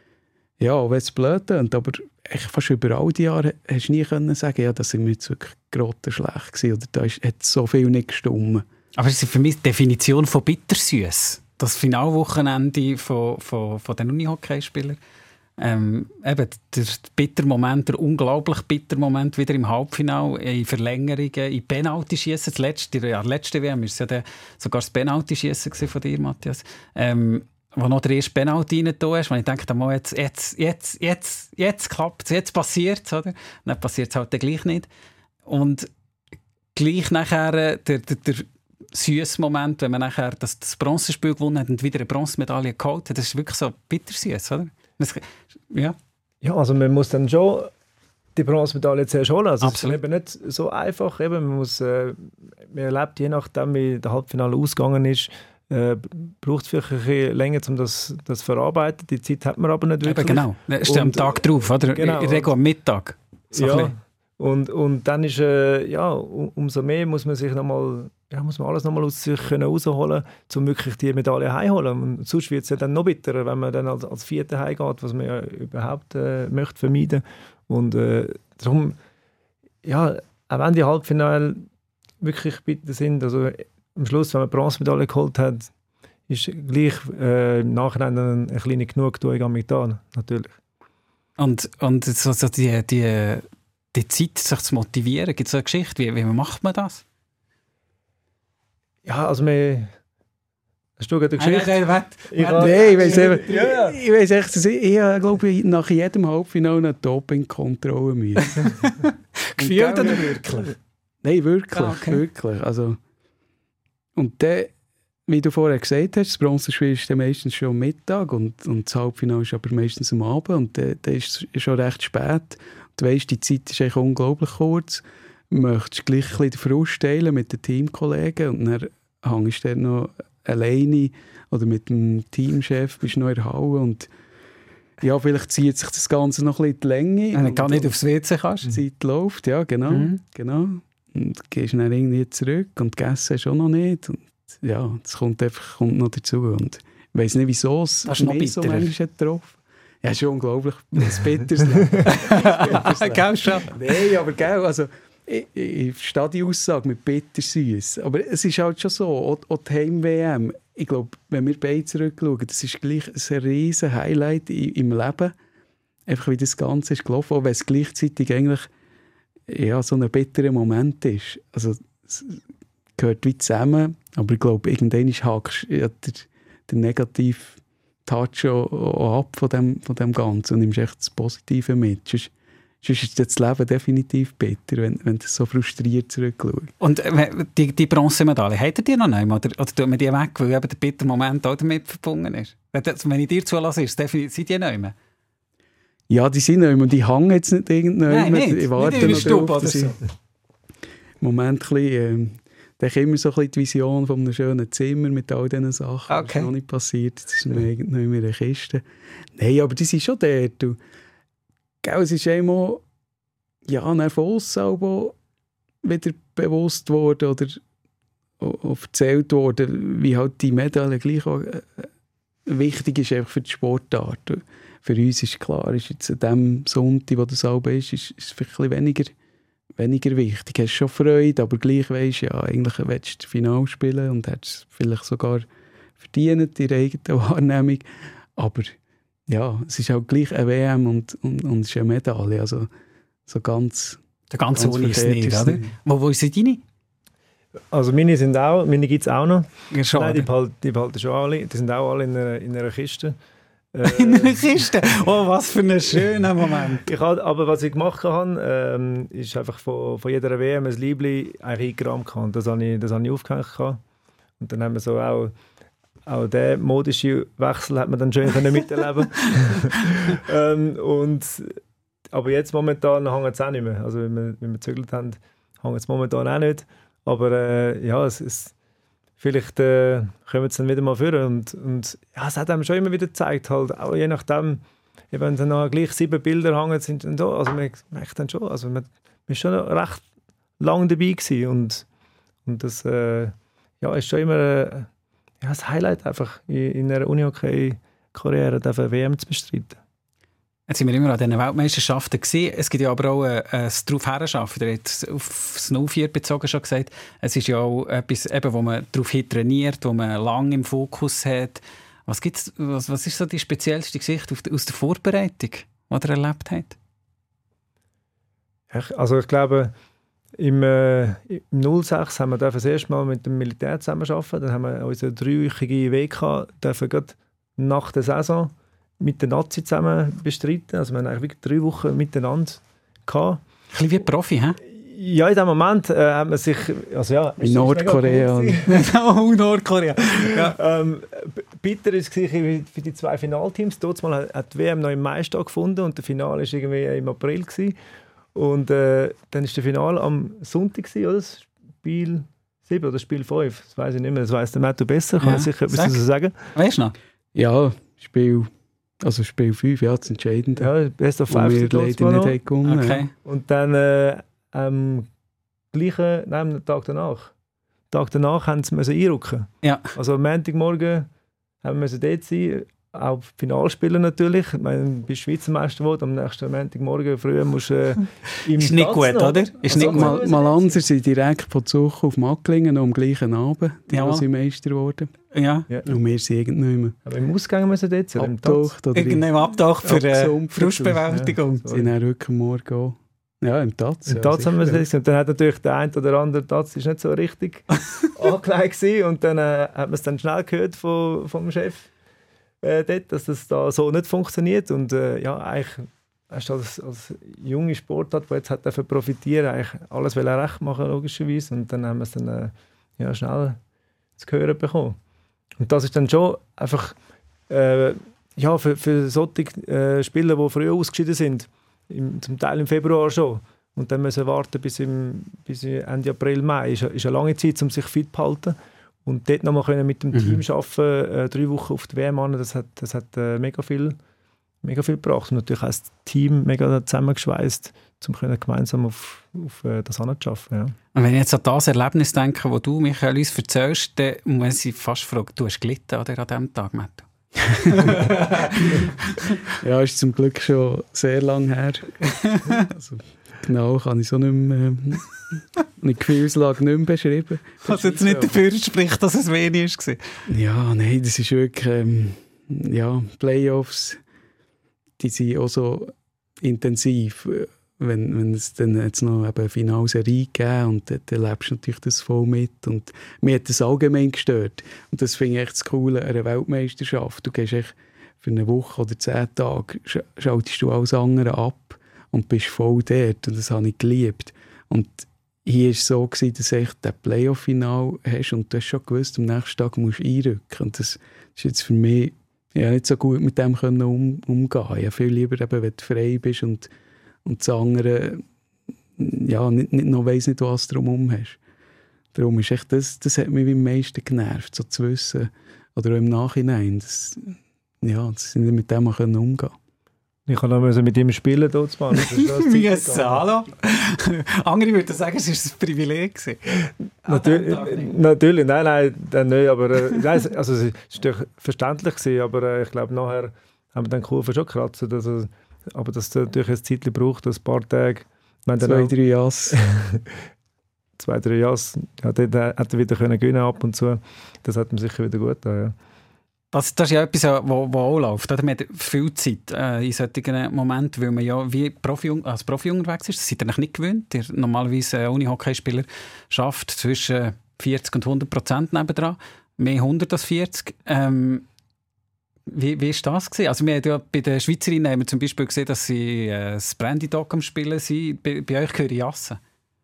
ja, wenn es blöd ist, aber echt fast über all die Jahre hast du nie können sagen, ja, da sind wir jetzt wirklich grottenschlecht gewesen oder da ist, hat so viel nicht gestimmt. Aber es ist für mich die Definition von bittersüß. Das Finalwochenende von, von, von den Unihockeyspielern. Ähm, eben der bitter Moment, der unglaublich bitter Moment wieder im Halbfinale, in Verlängerungen, in Penalty-Schiessen. Das letzte, ja, letzte W M war es ja der, sogar das Penalty-Schiessen von dir, Matthias. Ähm, wo noch der erste Penalty rein da ist, wo ich denke, jetzt, jetzt, jetzt, jetzt, jetzt klappt es, jetzt passiert es, oder? Dann passiert es halt dann gleich nicht. Und gleich nachher der, der, der süße Moment, wenn man nachher das, das Bronzespiel gewonnen hat und wieder eine Bronzemedaille geholt hat, das ist wirklich so bittersüß, oder? Das, ja. Ja, also man muss dann schon die Bronzemedaille zuerst holen. Also Absolut. Es ist eben nicht so einfach. Eben, man, muss, äh, man erlebt, je nachdem, wie der Halbfinale ausgegangen ist, äh, braucht es vielleicht ein bisschen länger, um das, das zu verarbeiten. Die Zeit hat man aber nicht wirklich. Eben genau, das ist am Tag drauf, oder? Genau. In der Regel am Mittag. So ja, und, und dann ist, äh, ja, um, umso mehr muss man sich nochmal, ja, muss man alles nochmal aus sich rausholen, um wirklich die Medaille heimholen. Und sonst wird es ja dann noch bitterer, wenn man dann als, als Vierter heimgeht, was man ja überhaupt äh, möchte vermeiden. Und äh, darum, ja, auch wenn die Halbfinale wirklich bitter sind, also am Schluss, wenn man die Bronzemedaille geholt hat, ist gleich äh, im Nachhinein eine, eine kleine Genugtuung am getan, natürlich. Und, und so, so die, die, die Zeit, sich zu motivieren, gibt es so eine Geschichte, wie, wie macht man das? Ja, also wir... Hast du gerade eine Geschichte? Nein, nein, Ich Nein, ich weiss eben, Ja. ich weiss echt, dass ich, ich glaube, ich nach jedem Halbfinale eine Dopingkontrolle müssen. Gefühlt oder wirklich? Nein, wirklich, Ah, okay. wirklich. Also, und dann, wie du vorher gesagt hast, das Bronzespiel ist dann meistens schon am Mittag und, und das Halbfinale ist aber meistens am Abend und dann, dann ist es schon recht spät. Du weisst, die Zeit ist eigentlich unglaublich kurz. Du möchtest gleich ein bisschen den Frust teilen mit den Teamkollegen und dann hängst du dann noch alleine oder mit dem Teamchef, bist du noch in der Halle und ja, vielleicht zieht sich das Ganze noch ein bisschen in die Länge. Wenn du gar nicht aufs W C kannst. Die Zeit läuft, ja, genau. Mhm. genau. Und du gehst dann irgendwie zurück und gegessen hast du auch noch nicht. Und ja, das kommt einfach kommt noch dazu. Und ich weiss nicht, wieso es Das ist noch mich so bitterer. manchmal hat getroffen. Ja, ist schon unglaublich. Das Bitteres. Gell schon? Nein, aber gell, also ich, ich verstehe die Aussage mit bittersüß. Aber es ist halt schon so, auch, auch die Heim-W M ich glaube, wenn wir beide zurückschauen, das ist gleich ein riesen Highlight im Leben. Einfach wie das Ganze ist gelaufen, auch wenn es gleichzeitig eigentlich ja, so ein bitterer Moment ist. Also es gehört wie zusammen, aber ich glaube, irgendwann hakst ja, der, der negative Touch auch, auch ab von dem, von dem Ganzen und nimmst echt das Positive mit. Sonst, sonst ist das Leben definitiv bitter, wenn, wenn du so frustriert zurückschaust. Und äh, die, die Bronzemedaille, hat er die noch nicht? Oder, oder tut man die weg, weil eben der bittere Moment auch damit verbunden ist? Wenn ich dir zulasse, ist es definitiv, sind die nicht mehr? Ja, die sind nicht mehr. Die hängen jetzt nicht irgendwann. Nein, nicht. Ich warte nicht noch Stub, drauf, dass ich im Moment ein bisschen, äh, ich immer so ein bisschen die Vision von einem schönen Zimmer mit all diesen Sachen. Okay. Das ist noch nicht passiert. Das ist mir irgendwie nicht mehr in der Kiste. Nein, aber die sind schon dort. Du, gell, es ist einmal ja, nach aussen wieder bewusst worden oder auch erzählt worden, wie halt die Medaille gleich auch äh, wichtig ist einfach für die Sportart. Für uns ist klar, ist jetzt an dem Sonntag, wo das Album ist, ist es vielleicht ein bisschen weniger, weniger wichtig. Du hast schon Freude, aber gleich weisst du, ja, eigentlich willst du das Finale spielen und hättest es vielleicht sogar verdient in der eigenen Wahrnehmung. Aber ja, es ist auch gleich eine W M und, und, und es ist eine Medaille. Also so ganz... Der ganze Uni ist nicht, oder? Wo, wo sind deine? Also meine sind auch, meine gibt es auch noch. Ja, schade. Nein, die behalten, die behalten schon alle. Die sind auch alle in einer, in einer Kiste. In einer Kiste? Oh, was für ein schöner Moment. Ich hab, aber was ich gemacht habe, ähm, ist einfach von, von jeder W M ein Liebling eingerahmt. Und das habe ich, das habe ich aufgehängt. Und dann haben wir so auch, auch den modischen Wechsel hat man dann schön miterleben ähm, und aber jetzt momentan hängt es auch nicht mehr. Also wenn wir, wenn wir gezügelt haben, hängt es momentan auch nicht. Aber äh, ja, es ist vielleicht äh, kommen wir dann wieder mal führen und, und ja, es hat einem schon immer wieder gezeigt, halt, auch je nachdem, wenn dann noch gleich sieben Bilder hängen, sind dann da, also man merkt dann schon, also man, man ist schon recht lange dabei gewesen und, und das äh, ja, ist schon immer äh, ja, das Highlight einfach in, in einer Unihockey-Karriere, eine W M zu bestreiten. Jetzt sind wir immer an diesen Weltmeisterschaften gewesen. Es gibt ja aber auch ein, ein darauf herschaffen. Er hat auf das null vier bezogen schon gesagt. Es ist ja auch etwas, eben, wo man darauf hin trainiert, wo man lange im Fokus hat. Was, gibt's, was, was ist so die speziellste Geschichte aus der Vorbereitung, die ihr erlebt habt? Also ich glaube, im, äh, im null sechs haben wir das erste Mal mit dem Militär zusammenarbeiten. Dann haben wir unsere dreiwöchige W K dürfen gerade nach der Saison mit den Nazis zusammen bestreiten. Also wir haben eigentlich wirklich drei Wochen miteinander gehabt. Ein bisschen wie Profi, hä? Ja, in dem Moment äh, hat man sich... Also ja, in Nordkorea. Oh, Nordkorea. Ja. ähm, bitter war es für die zwei Finalteams. Dort mal hat die W M noch im Mai stattgefunden und das Finale war irgendwie im April gewesen. Und äh, dann war das Finale am Sonntag, oder? Das Spiel sieben oder Spiel fünf. Das weiß ich nicht mehr. Das weiss der Matthew besser. Kann ja. er sicher etwas dazu sagen? Weißt du noch? Ja, Spiel... Also Spiel fünf, ja, das Entscheidende. Ja, Best of Five. Wir leider nicht gewonnen. Okay. Ja. Und dann äh, am gleichen, nein, am Tag danach. Tag danach haben sie müssen einrücken. Ja. Also am Montagmorgen haben wir dort sein, auch Finalspielen natürlich. Ich meine, du bist Schweizer Meister geworden, am nächsten Montagmorgen früh musst du äh, im Ist nicht gut, noch, oder? Ist nicht mal, gut. mal anders sind direkt von Zug auf Macklingen am gleichen Abend, die ja. sind Meister geworden. Ja. Ja. Und wir sind irgendwie mehr. Aber im Ausgang müssen wir dort sein. Abtaucht oder irgendeinem Abtaucht für äh, Frustbewältigung. Ja, sind dann heute Morgen gehen. Ja, im Taz. Im Taz haben wir es ja. Und dann hat natürlich der eine oder andere Taz ist nicht so richtig angelegt gewesen. Und dann äh, hat man es dann schnell gehört vom, vom Chef, äh, dort, dass das da so nicht funktioniert. Und äh, ja, eigentlich hast du als, als junge Sportart, die jetzt hat dafür profitieren, eigentlich alles recht machen, logischerweise. Und dann haben wir es dann äh, ja, schnell zu hören bekommen. Und das ist dann schon einfach äh, ja, für, für solche äh, Spieler, die früher ausgeschieden sind, im, zum Teil im Februar schon, und dann müssen warten bis, im, bis Ende April, Mai, ist, ist eine lange Zeit, um sich fit zu halten. Und dort noch mal mit dem mhm. Team arbeiten, äh, drei Wochen auf die W M an, das hat, das hat äh, mega, viel, mega viel gebracht. Und natürlich auch das Team mega zusammengeschweißt, um gemeinsam auf, auf äh, das anzuschaffen. Ja. Und wenn ich jetzt an das Erlebnis denke, das du, Michael, uns erzählst, dann muss ich fast fragen, du hast gelitten oder, an diesem Tag, Matt? Ja, ist zum Glück schon sehr lang her. Also, Genau, kann ich so nicht mehr, äh, eine Gefühlslage nicht mehr beschreiben. Was jetzt nicht dafür spricht, dass es wenig war. Ja, nein, das ist wirklich, ähm, ja, Playoffs, die sind auch so intensiv, wenn, wenn es dann jetzt noch eine Finalserie gegeben und dann, dann lebst du natürlich das voll mit und mir hat das allgemein gestört und das finde ich echt das Coole an einer Weltmeisterschaft. Du gehst echt für eine Woche oder zehn Tage, schaltest du alles andere ab und bist voll dort und das habe ich geliebt. Und hier war es so, gewesen, dass du echt das Playoff-Final hast und du hast schon gewusst, am nächsten Tag musst du einrücken. Und das ist jetzt für mich ja, nicht so gut mit dem können um, umgehen. Ich viel lieber, eben, wenn du frei bist und, und das andere ja, nicht, nicht noch weiss nicht, was du drumherum hast. Darum ist echt das, das hat mich am meisten genervt, so zu wissen, oder auch im Nachhinein, dass, ja, dass ich nicht mit dem umgehen konnte. Ich kann noch mit ihm spielen, dort zu machen. Wie ein Salo. Andere würden sagen, es war ein Privileg. Natürlich, natürlich, nein, nein, dann nicht. Aber, äh, nein, also, es war natürlich verständlich gewesen, aber äh, ich glaube, nachher haben wir dann die Kurve schon gekratzt. Also, aber dass es natürlich ein Zeitchen braucht, ein paar Tage. Zwei, drei Jass. Zwei, drei Jass. Ja, dort hätte er wieder können gewinnen ab und zu. Das hat ihm sicher wieder gut getan, ja. Das, das ist ja etwas, was auch läuft. Man hat viel Zeit äh, in solchen Momenten, weil man ja wie Profi, als Profi unterwegs ist. Das seid ihr noch nicht gewöhnt. Ihr normalerweise ein Unihockeyspieler schafft zwischen vierzig und hundert Prozent nebendran. Mehr hundert als vierzig. Ähm, wie war das gewesen? Also wir haben ja bei den Schweizerinnen haben wir zum Beispiel gesehen, dass sie äh, das Brandy Dog am Spielen sind. Bei, bei euch gehören Jassen.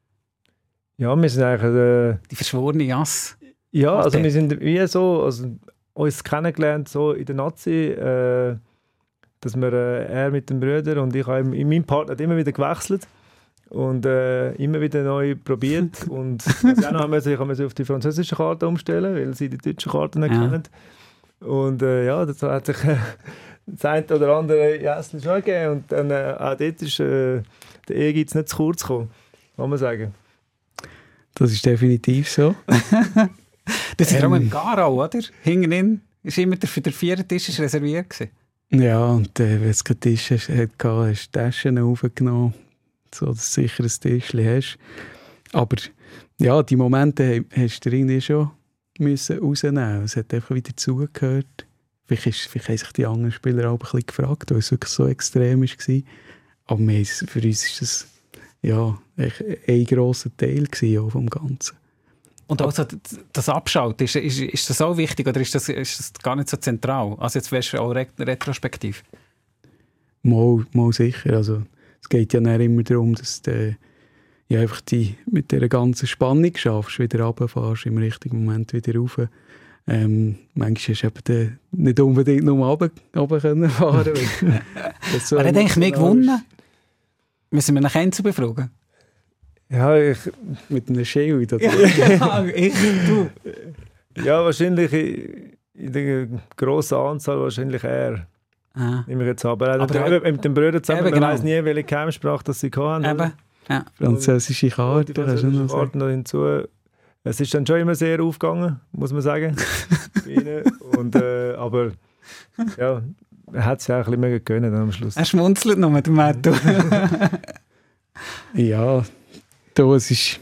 Ja, wir sind eigentlich... Äh, Die verschworene Jasse. Ja, also wir sind wie so... Also, uns kennengelernt so in der Nazi, äh, dass wir, äh, er mit dem Bruder und ich habe in meinem Partner immer wieder gewechselt und äh, immer wieder neu probiert. Und was ich auch noch haben müssen, ich musste auf die französische Karte umstellen, weil sie die deutsche Karte nicht ja. kennen. Und äh, ja, das hat sich äh, das eine oder andere Jässli schon gegeben. Und dann äh, auch dort ist äh, der Ehrgeiz nicht zu kurz gekommen, kann man sagen. Das ist definitiv so. Das ist ähm, auch im Garau, oder? Hinten in ist immer der, für den vierten Tisch ist reserviert gewesen. Ja, und äh, wenn es keinen Tisch hast, hast du die Taschen aufgenommen, so dass du sicher ein Tischchen hast. Aber ja, die Momente hast du irgendwie schon müssen rausnehmen. Es hat einfach wieder zugehört. Vielleicht, ist, vielleicht haben sich die anderen Spieler auch ein bisschen gefragt, weil es wirklich so extrem war. Aber wir, für uns war das ja, ein grosser Teil auch vom Ganzen. Und also das Abschalten, ist, ist, ist das auch wichtig oder ist das, ist das gar nicht so zentral? Also jetzt wärst du auch retrospektiv. Mal, mal sicher. Also, es geht ja nicht immer darum, dass du ja, einfach die, mit dieser ganzen Spannung schaffst, wieder runterfährst, im richtigen Moment wieder rauf. Ähm, manchmal hast du eben nicht unbedingt nur runter, runter können fahren. So Wer hat eigentlich mehr gewonnen? Müssen wir nach Enzo befragen? Ja, ich... Mit einem Schild, oder? Ja, ich, du. Ja, wahrscheinlich in der grossen Anzahl wahrscheinlich er. Ah. Nehme ich jetzt an. Aber, aber mit, mit den Brüdern zusammen, man genau. weiss nie, welche Keimsprache das sie hatten. Eben. Ja. Französische Karte. Die französische Karte noch hinzu. Es ist dann schon immer sehr aufgegangen, muss man sagen. Und, äh, aber ja, er hat es ja auch ein bisschen gönnen am Schluss. Er schmunzelt noch mit dem Matto. Ja, das ist,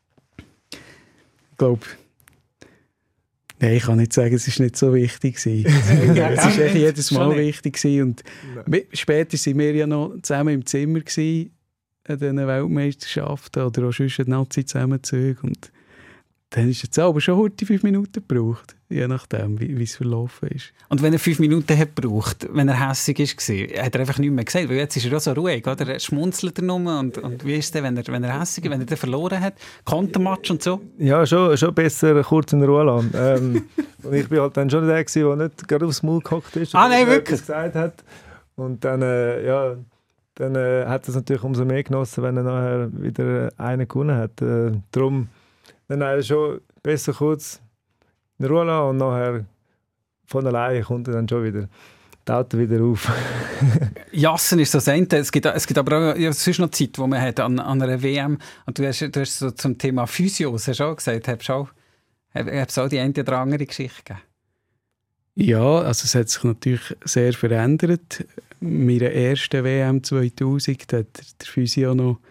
ich glaube, nein, ich kann nicht sagen, es war nicht so wichtig. Es war echt jedes Mal wichtig. Und Nein. später waren wir ja noch zusammen im Zimmer gewesen, an diesen Weltmeisterschaften oder auch sonst Nazi-Zusammenzüge. Und dann ist es aber schon heute fünf Minuten gebraucht, je nachdem, wie es verlaufen ist. Und wenn er fünf Minuten hat gebraucht, wenn er hässig war, hat er einfach nichts mehr gesagt, weil jetzt ist er auch so ruhig, oder? Er schmunzelt er nur und, und wie ist es denn, wenn er, wenn er hässig ist, wenn er den verloren hat? Kontermatch und so? Ja, schon, schon besser kurz in Ruhe lassen. ähm, und ich bin halt dann schon der, der nicht gerade aufs Maul gehockt ist und ah, nein, wirklich? gesagt hat. Und dann, äh, ja, dann äh, hat er es natürlich umso mehr genossen, wenn er nachher wieder einen gewonnen hat. Äh, darum dann ist schon besser kurz in Ruhe lassen und nachher von alleine kommt er dann schon wieder die Auto wieder auf. Jassen ist so das eine. Es gibt, es gibt aber auch ja, sonst noch Zeit, die man hat an, an einer W M. Und du hast, du hast so zum Thema Physios hast auch gesagt, hast auch, hast auch die eine oder andere Geschichte gegeben? Ja, also es hat sich natürlich sehr verändert. In meiner ersten W M zweitausend hat der Physio noch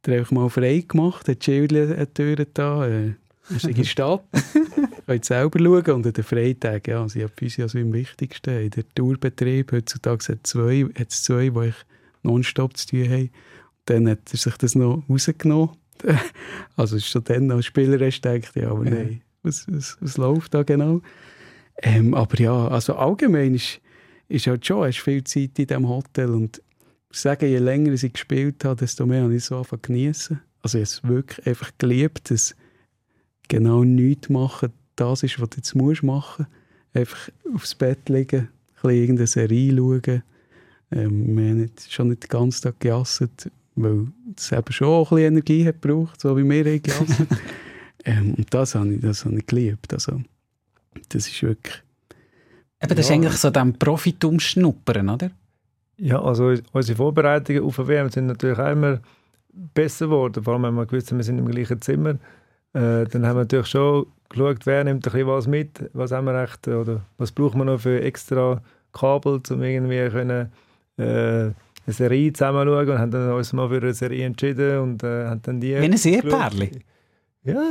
hat er einfach mal frei gemacht, hat die Schildchen an die Türen da, äh, hast du in der Stadt, könnt selber schauen und an den Freitagen, ja, sie haben Physio also am wichtigsten, in der Tourbetrieb, heutzutage hat es zwei, hat's zwei, die ich nonstop zu tun haben. Dann hat er sich das noch rausgenommen. Also schon dann als Spieler hast du gedacht, ja, aber ja. nein, was, was, was läuft da genau? Ähm, aber ja, also allgemein ist, ist halt schon, hast viel Zeit in diesem Hotel und ich sage, je länger ich gespielt habe, desto mehr habe ich es so angefangen zu geniessen. Also ich habe es wirklich einfach geliebt, dass genau nichts machen, das ist, was du jetzt musst machen. Einfach aufs Bett liegen, ein bisschen irgendeine Serie schauen. Ähm, wir haben nicht, schon nicht den ganzen Tag gejasset, weil es eben schon auch ein bisschen Energie hat gebraucht, so wie wir gejasset. ähm, und das habe ich, das habe ich geliebt. Also, das ist wirklich... Eben, das ja. ist eigentlich so dem Profitum schnuppern, oder? Ja, also unsere Vorbereitungen auf die W M sind natürlich auch immer besser geworden. Vor allem, wenn wir gewusst haben, wir sind im gleichen Zimmer. Äh, dann haben wir natürlich schon geschaut, wer nimmt ein bisschen was mit, was haben wir echt, oder was braucht man noch für extra Kabel, um irgendwie können, äh, eine Serie zusammen zu schauen und haben dann uns mal für eine Serie entschieden und äh, haben dann die... Wie ein Seepärli? Ja,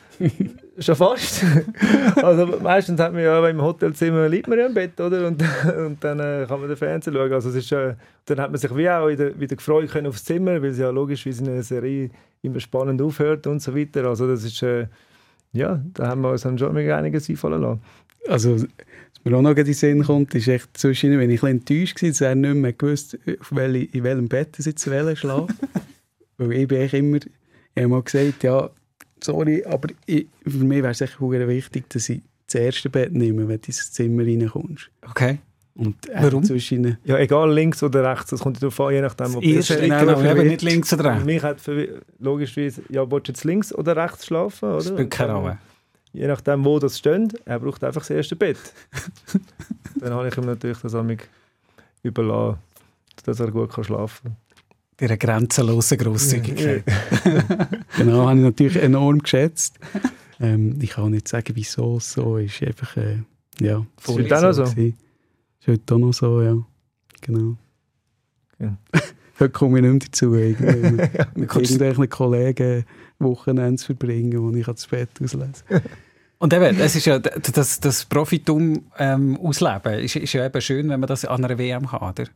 schon fast. Also meistens hat man ja im Hotelzimmer, liegt man ja im Bett, oder? Und, und dann äh, kann man den Fernsehen schauen. Also es ist, äh, dann hat man sich wie auch wieder, wieder gefreut können aufs Zimmer, weil es ja logisch, wie so eine Serie immer spannend aufhört und so weiter. Also das ist, äh, ja, da haben wir uns dann schon einiges einfallen lassen. Also, was mir auch noch in den Sinn kommt, ist echt zwischen, wenn ich ein bisschen enttäuscht war, dass er nicht mehr gewusst, auf welche, in welchem Bett er jetzt schlafen. Weil ich bin immer, ich habe mal gesagt, ja, sorry, aber ich, für mich wäre es echt wichtig, dass ich das erste Bett nehme, wenn du ins Zimmer reinkommst. Okay. Und warum? Zwischen... Ja, egal, links oder rechts, das kommt darauf an, je nachdem, ob das ist. Nein, nein, nicht links oder rechts. Mich hat logischerweise, ja, willst du jetzt links oder rechts schlafen? Oder? Das spielt keine Rolle. Je nachdem, wo das steht, er braucht einfach das erste Bett. Dann habe ich ihm natürlich das an mich überlassen, dass er gut schlafen kann. Ihre grenzenlose Grosszügigkeit. Genau, habe ich natürlich enorm geschätzt. Ähm, ich kann auch nicht sagen, wieso es so ist. Einfach, äh, ja, das ist heute auch noch so. Das ist heute auch noch so, ja. Genau. Ja. Heute komme ich nicht mehr dazu, mit, mit irgendwelchen Kollegen Wochenende zu verbringen, wo ich das Bett auslese. Und eben, es ist ja, das, das Profitum ähm, ausleben ist, ist ja eben schön, wenn man das an einer W M kann, oder?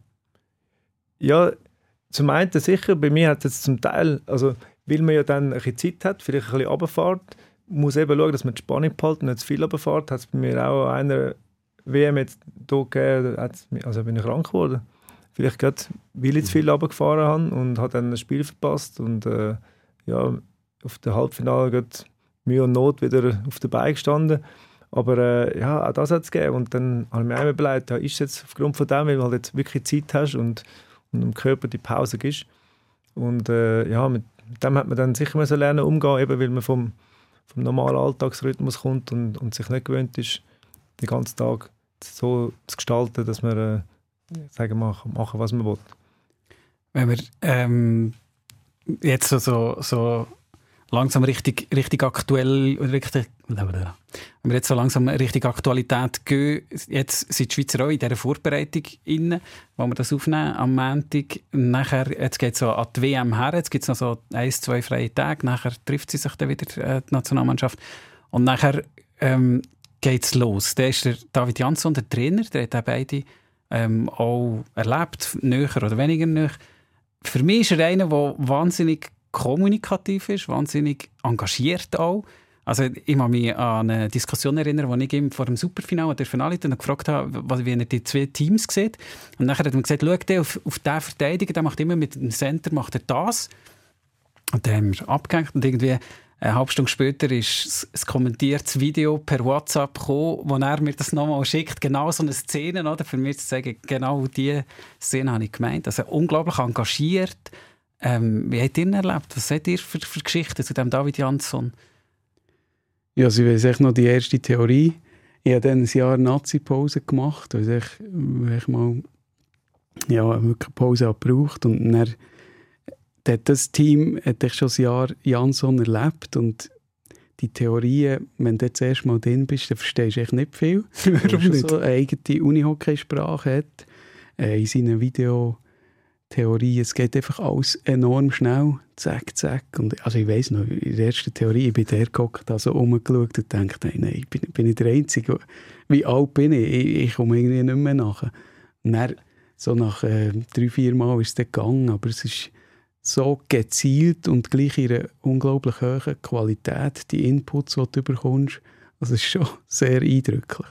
Ja, zum einen sicher, bei mir hat es zum Teil, also weil man ja dann ein bisschen Zeit hat, vielleicht ein bisschen runterfährt, muss eben schauen, dass man die Spannung behält und nicht zu viel runterfährt. Hat es bei mir auch an einer W M jetzt hier gegeben, also bin ich krank geworden. Vielleicht gerade, weil ich zu viel runtergefahren habe und habe dann ein Spiel verpasst und äh, ja, auf dem Halbfinale gerade Mühe und Not wieder auf der Beine gestanden. Aber äh, ja, auch das hat es gegeben. Und dann habe ich mir auch überlegt, ja, ist es jetzt aufgrund von dem, weil du halt jetzt wirklich Zeit hast und, und dem Körper die Pause gibst. Und äh, ja, mit dem hat man dann sicher mal so lernen umgehen, eben weil man vom, vom normalen Alltagsrhythmus kommt und, und sich nicht gewöhnt ist, den ganzen Tag so zu gestalten, dass man äh, sagen, machen, machen, was man will. Wenn wir ähm, jetzt so, so, so langsam richtig, richtig aktuell, richtig, wenn wir jetzt so langsam richtig Aktualität gehen, jetzt sind die Schweizer auch in dieser Vorbereitung inne, wo wir das aufnehmen am Montag. Nachher, jetzt geht es so an die W M her, jetzt gibt es noch so ein, zwei freie Tage, nachher trifft sie sich dann wieder, äh, die Nationalmannschaft. Und nachher ähm, geht es los. Da ist der David Jansson, der Trainer, der hat auch beide ähm, auch erlebt, näher oder weniger näher. Für mich ist er einer, der wahnsinnig kommunikativ ist, wahnsinnig engagiert auch. Also ich kann mich an eine Diskussion erinnern, wo ich ihm vor dem Superfinale der Finale dann gefragt habe, wie er die zwei Teams sieht. Und nachher hat er gesagt, schau dir auf, auf den Verteidiger, der macht immer mit dem Center macht er das. Und dann haben wir abgehängt und irgendwie eine halbe Stunde später ist ein kommentiertes Video per WhatsApp gekommen, wo er mir das nochmal schickt. Genau so eine Szene, oder? Für mich zu sagen, genau diese Szene habe ich gemeint. Also unglaublich engagiert. Ähm, wie habt ihr ihn erlebt? Was seht ihr für, für Geschichten zu dem David Jansson? Ja, also ich weiss echt noch die erste Theorie. Ich habe dann ein Jahr Nazi-Pause gemacht, weil ich, weil ich mal ja, wirklich eine Pause gebraucht habe. Und dann hat das Team hat ich schon ein Jahr Jansson erlebt und die Theorien, wenn du jetzt erst mal drin bist, dann verstehst du echt nicht viel. Warum nicht? So eine eigene Unihockey-Sprache hat. Äh, in seinen Videos Theorie, es geht einfach alles enorm schnell, zack, zack. Und, also ich weiss noch, in der ersten Theorie, ich bin der gehockt, also rumgeschaut und dachte, nein, nein, ich bin, bin ich der Einzige. Wie alt bin ich? Ich, ich komme irgendwie nicht mehr nach. Und dann, so nach äh, drei, vier Mal ist es dann gegangen, aber es ist so gezielt und gleich in einer unglaublich hohen Qualität, die Inputs, die du bekommst, also es ist schon sehr eindrücklich.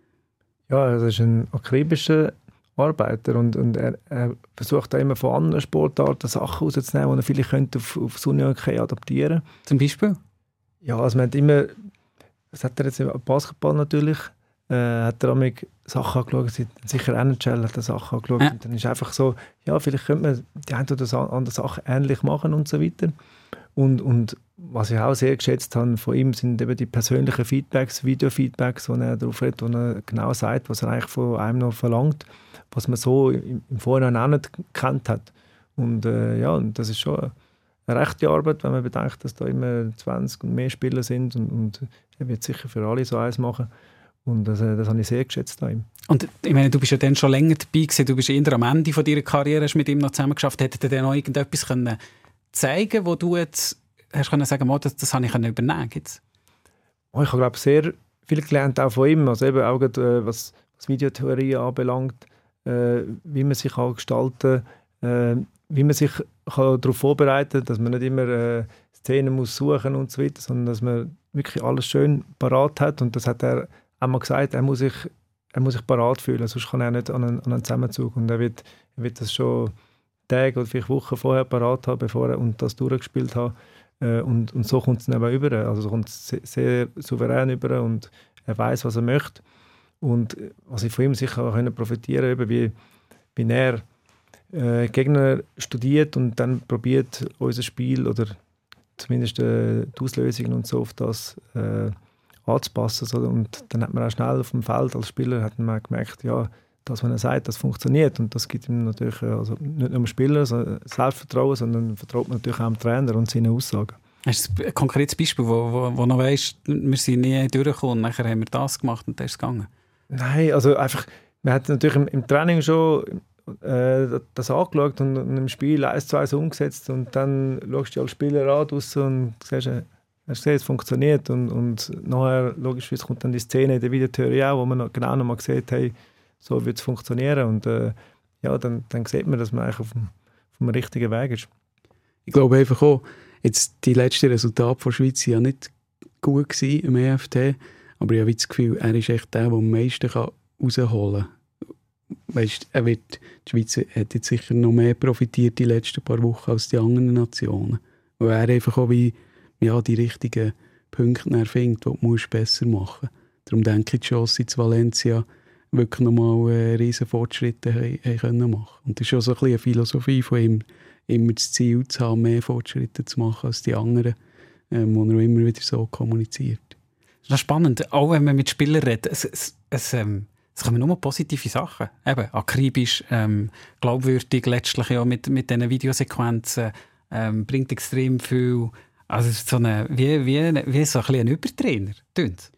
Ja, er ist ein akribischer Arbeiter und, und er, er versucht auch immer von anderen Sportarten Sachen rauszunehmen, die er vielleicht könnte auf, auf das Unihockey adaptieren. Zum Beispiel? Ja, also man hat immer, das hat er jetzt im Basketball natürlich, äh, hat er auch Sachen angeschaut, sicher N H L hat er Sachen angeschaut. Ja. Und dann ist einfach so, ja, vielleicht könnte man die eine oder andere Sache ähnlich machen und so weiter. Und, und was ich auch sehr geschätzt habe von ihm, sind eben die persönlichen Feedbacks, Video-Feedbacks, wo er darauf redet, wo er genau sagt, was er eigentlich von einem noch verlangt, was man so im, im Vorhinein auch nicht gekannt hat. Und äh, ja, und das ist schon eine rechte Arbeit, wenn man bedenkt, dass da immer zwanzig und mehr Spieler sind und, und er wird sicher für alle so eins machen. Und das, das habe ich sehr geschätzt an ihm. Und ich meine, du bist ja dann schon länger dabei gewesen, du bist eher am Ende von deiner Karriere, hast mit ihm noch zusammengeschafft. Hätte er dir noch irgendetwas können zeigen, wo du jetzt hast können sagen, das, das habe ich übernehmen jetzt? Oh, ich habe, glaube sehr viel gelernt auch von ihm, also eben auch äh, was, was Videotheorie anbelangt, äh, wie man sich kann gestalten kann, äh, wie man sich kann darauf vorbereiten kann, dass man nicht immer äh, Szenen muss suchen und so weiter, sondern dass man wirklich alles schön parat hat. Und das hat er einmal gesagt, er muss sich, er muss sich parat fühlen, sonst kann er nicht an einen, an einen Zusammenzug. Und er wird, er wird das schon Tage oder vielleicht Wochen vorher parat haben, bevor er und das durchgespielt hat. Äh, und, und so kommt es dann über. Also so kommt es sehr, sehr souverän über und er weiß, was er möchte. Und was ich von ihm sicher auch profitieren konnte, wie, wie er äh, Gegner studiert und dann probiert, unser Spiel oder zumindest äh, die Auslösungen und so auf das äh, anzupassen. So. Und dann hat man auch schnell auf dem Feld als Spieler hat man gemerkt, ja, das, was er sagt, das funktioniert. Und das gibt ihm natürlich also nicht nur dem Spieler Selbstvertrauen, sondern vertraut man natürlich auch dem Trainer und seinen Aussagen. Hast du ein konkretes Beispiel, wo, wo, wo noch weisst, wir sind nie durchgekommen, nachher haben wir das gemacht und dann ist es gegangen? Nein, also einfach, man hat natürlich im, im Training schon äh, das angeschaut und, und im Spiel eins zu eins umgesetzt und dann schaust du als Spieler an draussen und siehst, hast du gesehen, es funktioniert und, und nachher logischerweise kommt dann die Szene in der Videotheorie auch, wo man noch, genau noch mal sieht, hey, so wird es funktionieren und äh, ja, dann, dann sieht man, dass man eigentlich auf dem, auf dem richtigen Weg ist. Ich glaube einfach auch, jetzt die letzten Resultate der Schweiz waren ja nicht gut gewesen im E F T, aber ich habe das Gefühl, er ist echt der, der am meisten rausholen kann. Weißt, er wird, die Schweiz hat jetzt sicher noch mehr profitiert die letzten paar Wochen als die anderen Nationen. Weil er einfach auch wie, ja, die richtigen Punkte findet, die du besser machen musst. Darum denke ich, die Chance in Valencia wirklich nochmal äh, riesen Fortschritte haben, haben können machen. Und das ist schon so ein bisschen eine Philosophie von ihm, immer das Ziel zu haben, mehr Fortschritte zu machen als die anderen, ähm, wo er immer wieder so kommuniziert. Das ist spannend, auch wenn man mit Spielern redet. Es, es, es, ähm, es kommen nur positive Sachen. Eben, akribisch, ähm, glaubwürdig, letztlich ja mit, mit diesen Videosequenzen, ähm, bringt extrem viel. Also es ist so eine, wie, wie, wie so ein, bisschen ein Übertrainer. Tönt's?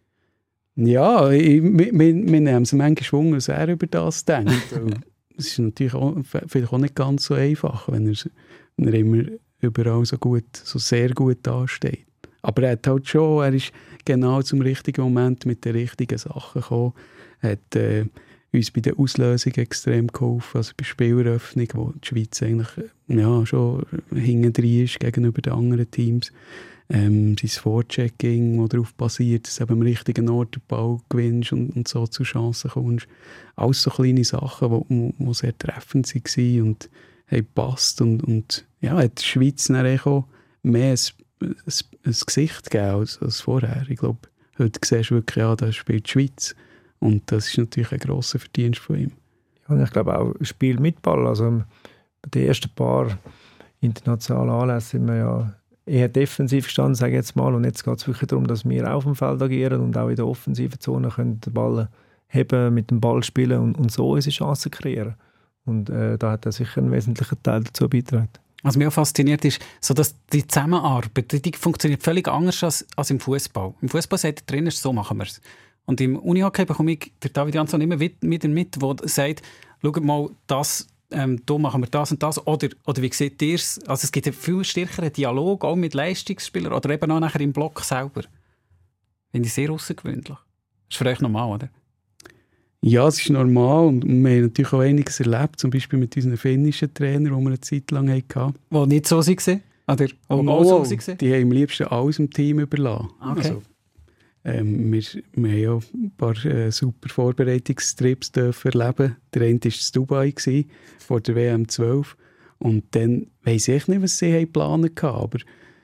Ja, ich, wir, wir nehmen es manchmal Schwung, dass er über das denkt. Es ist natürlich auch, vielleicht auch nicht ganz so einfach, wenn er, wenn er immer überall so gut, so sehr gut dasteht. Aber er hat halt schon, er ist genau zum richtigen Moment mit den richtigen Sachen gekommen. Er hat äh, uns bei der Auslösung extrem geholfen, also bei der Spieleröffnung, wo die Schweiz eigentlich ja, schon hinten drin ist gegenüber den anderen Teams. Ähm, sein Vorchecking, das darauf basiert, dass du am richtigen Ort den Ball gewinnst und, und so zu Chancen kommst. Alles so kleine Sachen, die sehr treffend waren und haben gepasst. Und, und ja, hat die Schweiz dann auch mehr ein, ein, ein Gesicht gegeben als, als vorher. Ich glaube, heute siehst du wirklich, ja, da spielt die Schweiz. Und das ist natürlich ein grosser Verdienst von ihm. Ja, und ich glaube auch ein Spiel mit Ball. Also bei den ersten paar internationalen Anlässen sind wir ja eher defensiv gestanden, sage ich jetzt mal. Und jetzt geht es wirklich darum, dass wir auf dem Feld agieren und auch in der offensiven Zone können den Ball heben, mit dem Ball spielen und, und so unsere Chancen kreieren. Und äh, da hat er sicher einen wesentlichen Teil dazu beigetragen. Was mich auch fasziniert ist, so dass die Zusammenarbeit, die funktioniert völlig anders als, als im Fußball. Im Fußball sagt der Trainer, so machen wir es. Und im Unihockey bekomme ich der David Jansson immer wieder mit, der sagt, schaut mal, das ähm, da machen wir das und das. Oder, oder wie seht ihr es? Also es gibt einen viel stärkeren Dialog, auch mit Leistungsspielern oder eben auch nachher im Block selber. Finde ich sehr außergewöhnlich. Das ist für euch normal, oder? Ja, es ist normal und wir haben natürlich auch einiges erlebt, zum Beispiel mit unseren finnischen Trainern, die wir eine Zeit lang hatten. Die nicht so waren? Oder oh, auch so waren? Die haben am liebsten alles im Team überlassen. Okay. Also, ähm, wir, wir haben ja ein paar äh, super Vorbereitungstrips dürfen erleben. Der eine war in Dubai, gewesen, vor der W M zwölf. Und dann weiss ich nicht, was sie geplant hatten, aber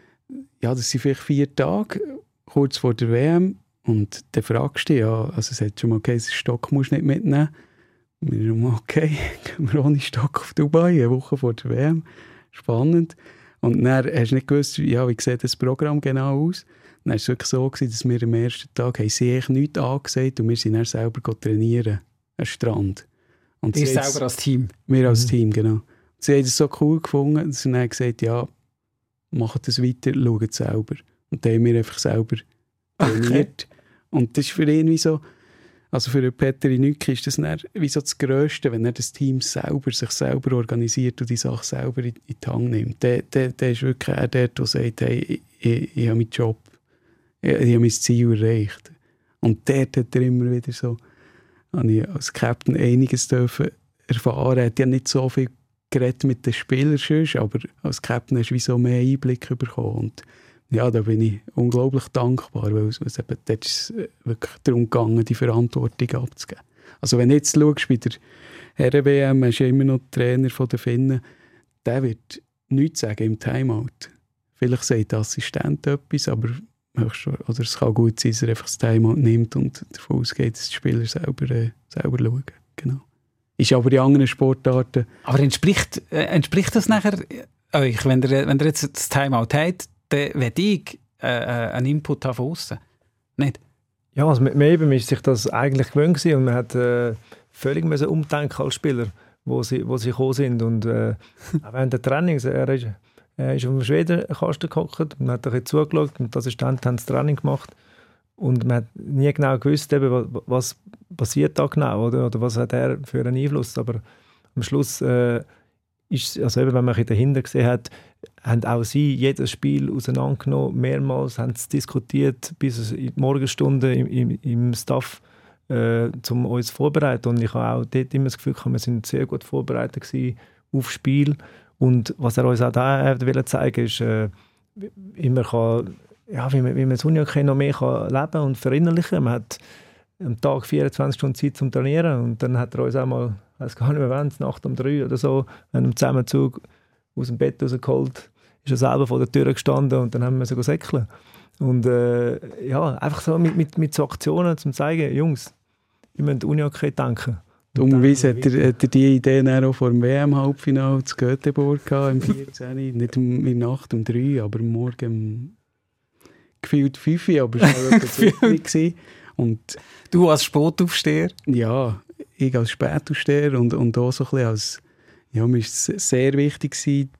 ja, das sind vielleicht vier Tage, kurz vor der W M. Und dann fragst du dich, ja, also es hat schon mal geheißen, Stock musst du nicht mitnehmen. Wir haben gesagt, okay, gehen wir ohne Stock auf Dubai, eine Woche vor der W M. Spannend. Und dann hast du nicht gewusst, ja, wie sieht das Programm genau aus. Dann war es wirklich so, gewesen, dass wir am ersten Tag haben sie eigentlich nichts angesagt und wir sind dann selber trainieren am Strand. Und ihr selber als Team? Wir als mhm. Team, genau. Und sie haben das so cool gefunden, dass sie dann gesagt haben, ja, macht das weiter, schaut selber. Und dann haben wir einfach selber trainiert. Okay. Und das ist für ihn wie so, also für Peter Nücki ist das dann wie so das Grösste, wenn er das Team selber, sich selber organisiert und die Sache selber in, in die Hand nimmt. Der, der, der ist wirklich er, der, der sagt, hey, ich, ich, ich habe meinen Job, ich, ich habe mein Ziel erreicht. Und dort hat er immer wieder so, habe ich als Captain einiges dürfen erfahren. Er hat ja nicht so viel geredet mit den Spielern sonst, aber als Captain hast du wie so mehr Einblick bekommen. Und ja, da bin ich unglaublich dankbar, weil es, es eben, dort ist es wirklich darum gegangen, die Verantwortung abzugeben. Also wenn du jetzt schaust, bei der Herren-W M, hast du ja immer noch den Trainer von den Finnen, der wird nichts sagen im Timeout. Vielleicht sagt der Assistent etwas, aber oder es kann gut sein, dass er einfach das Timeout nimmt und davon ausgeht, dass die Spieler selber, äh, selber schauen. Genau. Ist aber in anderen Sportarten... Aber entspricht, äh, entspricht das nachher euch, wenn ihr, wenn ihr jetzt das Timeout habt, dann will ich äh, einen Input haben von aussen. Nicht? Ja, also mit mir eben ist sich das eigentlich gewöhnt gewesen und man hat äh, völlig müssen umdenken als Spieler, wo sie, wo sie gekommen sind. Und äh, auch während der Trainings, er ist, er ist auf dem Schwedenkasten gehockt und hat ein bisschen zugeschaut und die Assistenten haben das Training gemacht. Und man hat nie genau gewusst, eben, was, was passiert da genau oder, oder was hat er für einen Einfluss. Aber am Schluss äh, ist, also eben, wenn man dahinter gesehen hat, haben auch sie jedes Spiel auseinandergenommen, mehrmals, haben es diskutiert, bis in die Morgenstunde im, im, im Staff, äh, um uns vorzubereiten. Und ich habe auch dort immer das Gefühl, wir sind sehr gut vorbereitet gewesen auf das Spiel. Und was er uns auch da wollte zeigen, ist, äh, wie man kann, ja, wie man, wie man das Unihockey noch mehr kann leben und verinnerlichen. Man hat am Tag vierundzwanzig Stunden Zeit zum Trainieren und dann hat er uns auch mal, ich weiß gar nicht mehr wann, Nacht um drei oder so, einen Zusammenzug aus dem Bett rausgeholt, ist er selber vor der Tür gestanden und dann haben wir so säckeln. Und äh, ja, einfach so mit, mit, mit so Aktionen, um zu zeigen, Jungs, wir müssen Unihockey denken. Dummerweise hat er, hat er die Idee dann auch vor dem W M-Halbfinale zu Göteborg gehabt, im vierzehn. Nicht um, in der Nacht um drei, aber morgen um gefühlt fünf, aber es war nicht. Und du als Spätaufsteher? Ja, ich als Spätaufsteher und, und auch so ein bisschen als, ja, mir war es sehr wichtig gewesen,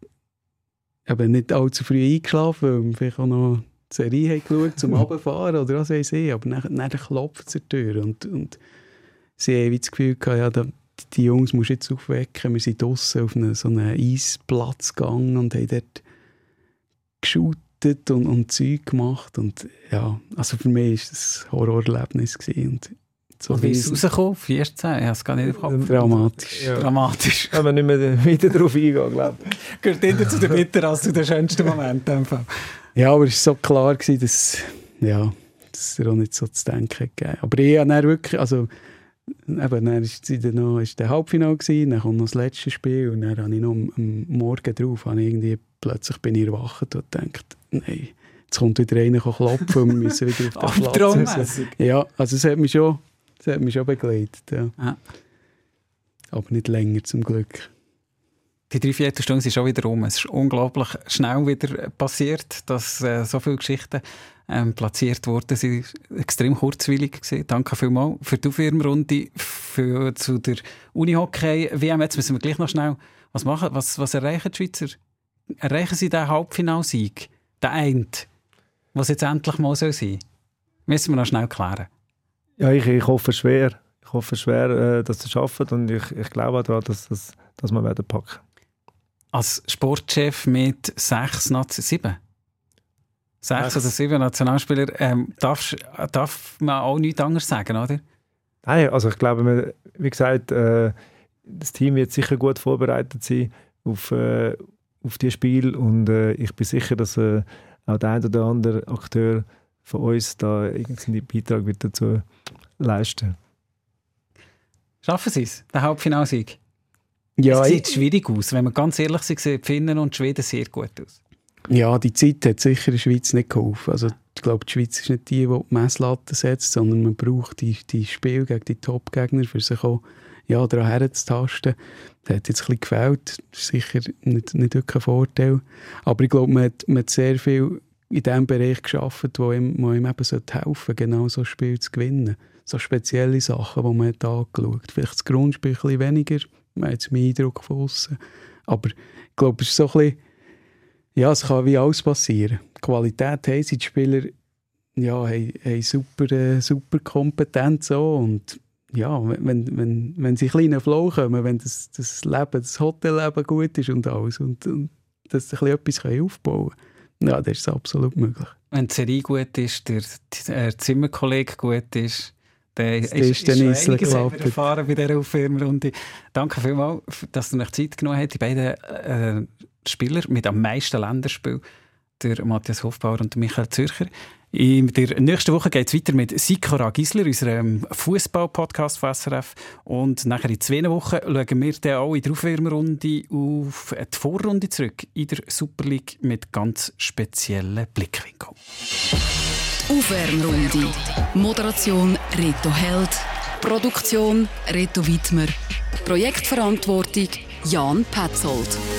eben nicht allzu früh eingeschlafen, weil wir vielleicht auch noch die Serie haben geschaut, zum Runterfahren oder was weiß ich, aber dann, dann klopft es an die Tür und, und sie haben das Gefühl gehabt, ja, da, die Jungs musst du jetzt aufwecken, wir sind draussen auf einen, so einen Eisplatz gegangen und haben dort geshootet und, und Zeug gemacht und ja, also für mich war das ein Horrorerlebnis gewesen. Und so und wie ist es rausgekommen? vierzehn? Ich habe es gar nicht im Kopf. Dramatisch. Ja. Dramatisch. Wenn wir nicht mehr weiter darauf eingehen, glaube ich. Gehört hinter zu den Bitter als zu den schönsten Momenten. Ja, aber es war so klar gewesen, dass, ja, dass er auch nicht so zu denken gegeben. Aber ich habe dann wirklich, also eben, dann ist es noch ist der Halbfinale gewesen, dann kommt noch das letzte Spiel und dann habe ich noch am, am Morgen drauf, habe ich irgendwie, plötzlich bin ich erwacht und gedacht, nein, jetzt kommt wieder einer klopfen und wir müssen wieder auf den Platz. Ja, also es hat mich schon, es hat mich schon begleitet. Ja. Ah. Aber nicht länger zum Glück. Die Dreiviertelstunde sind schon wieder rum. Es ist unglaublich schnell wieder passiert, dass äh, so viele Geschichten ähm, platziert wurden. Sie waren extrem kurzweilig gewesen. Danke vielmals für die Aufwärmrunde für, zu der Unihockey-W M. Jetzt müssen wir gleich noch schnell was machen. Was, was erreichen die Schweizer? Erreichen sie den Halbfinalsieg? Den einen, was jetzt endlich mal sein soll? Müssen wir noch schnell klären. Ja, ich, ich hoffe schwer. Ich hoffe schwer, äh, dass sie es schaffen. Und ich, ich glaube auch daran, dass das dass wir werden packen. Als Sportchef mit sechs, sieben? Sechs oder sieben Nationalspieler, ähm, darf, darf man auch nichts anderes sagen, oder? Nein, also ich glaube, wir, wie gesagt, äh, das Team wird sicher gut vorbereitet sein auf, äh, auf dieses Spiel und äh, ich bin sicher, dass äh, auch der ein oder andere Akteur von uns da irgendeinen Beitrag wird dazu leisten. Schaffen Sie es, den Halbfinalsieg? Ja, es sieht schwierig aus. Wenn wir ganz ehrlich sind, sehen die Finnen und die Schweden sehr gut aus. Ja, die Zeit hat sicher der Schweiz nicht geholfen. Also, ich glaube, die Schweiz ist nicht die, die die Messlatte setzt, sondern man braucht die, die Spiele gegen die Top-Gegner, für sich auch ja, daran herzutasten. Das hat jetzt ein bisschen gefällt. Das ist sicher nicht, nicht wirklich ein Vorteil. Aber ich glaube, man hat, man hat sehr viel in dem Bereich geschaffen, wo ihm, wo ihm eben helfen sollte, genau so ein Spiel zu gewinnen. So spezielle Sachen, die man hat angeschaut hat. Vielleicht das Grundspiel ein bisschen weniger, man hat meinen Eindruck von aussen. Aber ich glaube, es ist so ein bisschen, ja, es kann wie alles passieren. Die Qualität haben sie, die Spieler ja, haben, haben super, äh, super Kompetenz auch. Und ja, wenn, wenn, wenn sie in einen Flow kommen, wenn das, das Leben, das Hotelleben gut ist und alles und, und dass sie etwas aufbauen können, ja, das ist absolut möglich. Wenn die Serie gut ist, der, der Zimmerkollege gut ist, dann das ist, ist, ist dann schon einiges geklappt. erfahren bei dieser Aufwärmrunde. Danke vielmals, dass du euch Zeit genommen hast. Die beiden äh, Spieler mit am meisten Länderspiel, der Matthias Hofbauer und der Michael Zürcher. In der nächsten Woche geht es weiter mit Sikora Gisler, unserem Fußball-Podcast von S R F. Und nachher in zwei Wochen schauen wir dann auch in der Aufwärmrunde auf die Vorrunde zurück in der Super League mit ganz speziellen Blickwinkeln. Aufwärmrunde. Moderation Reto Held. Produktion Reto Wittmer. Projektverantwortung Jan Petzold.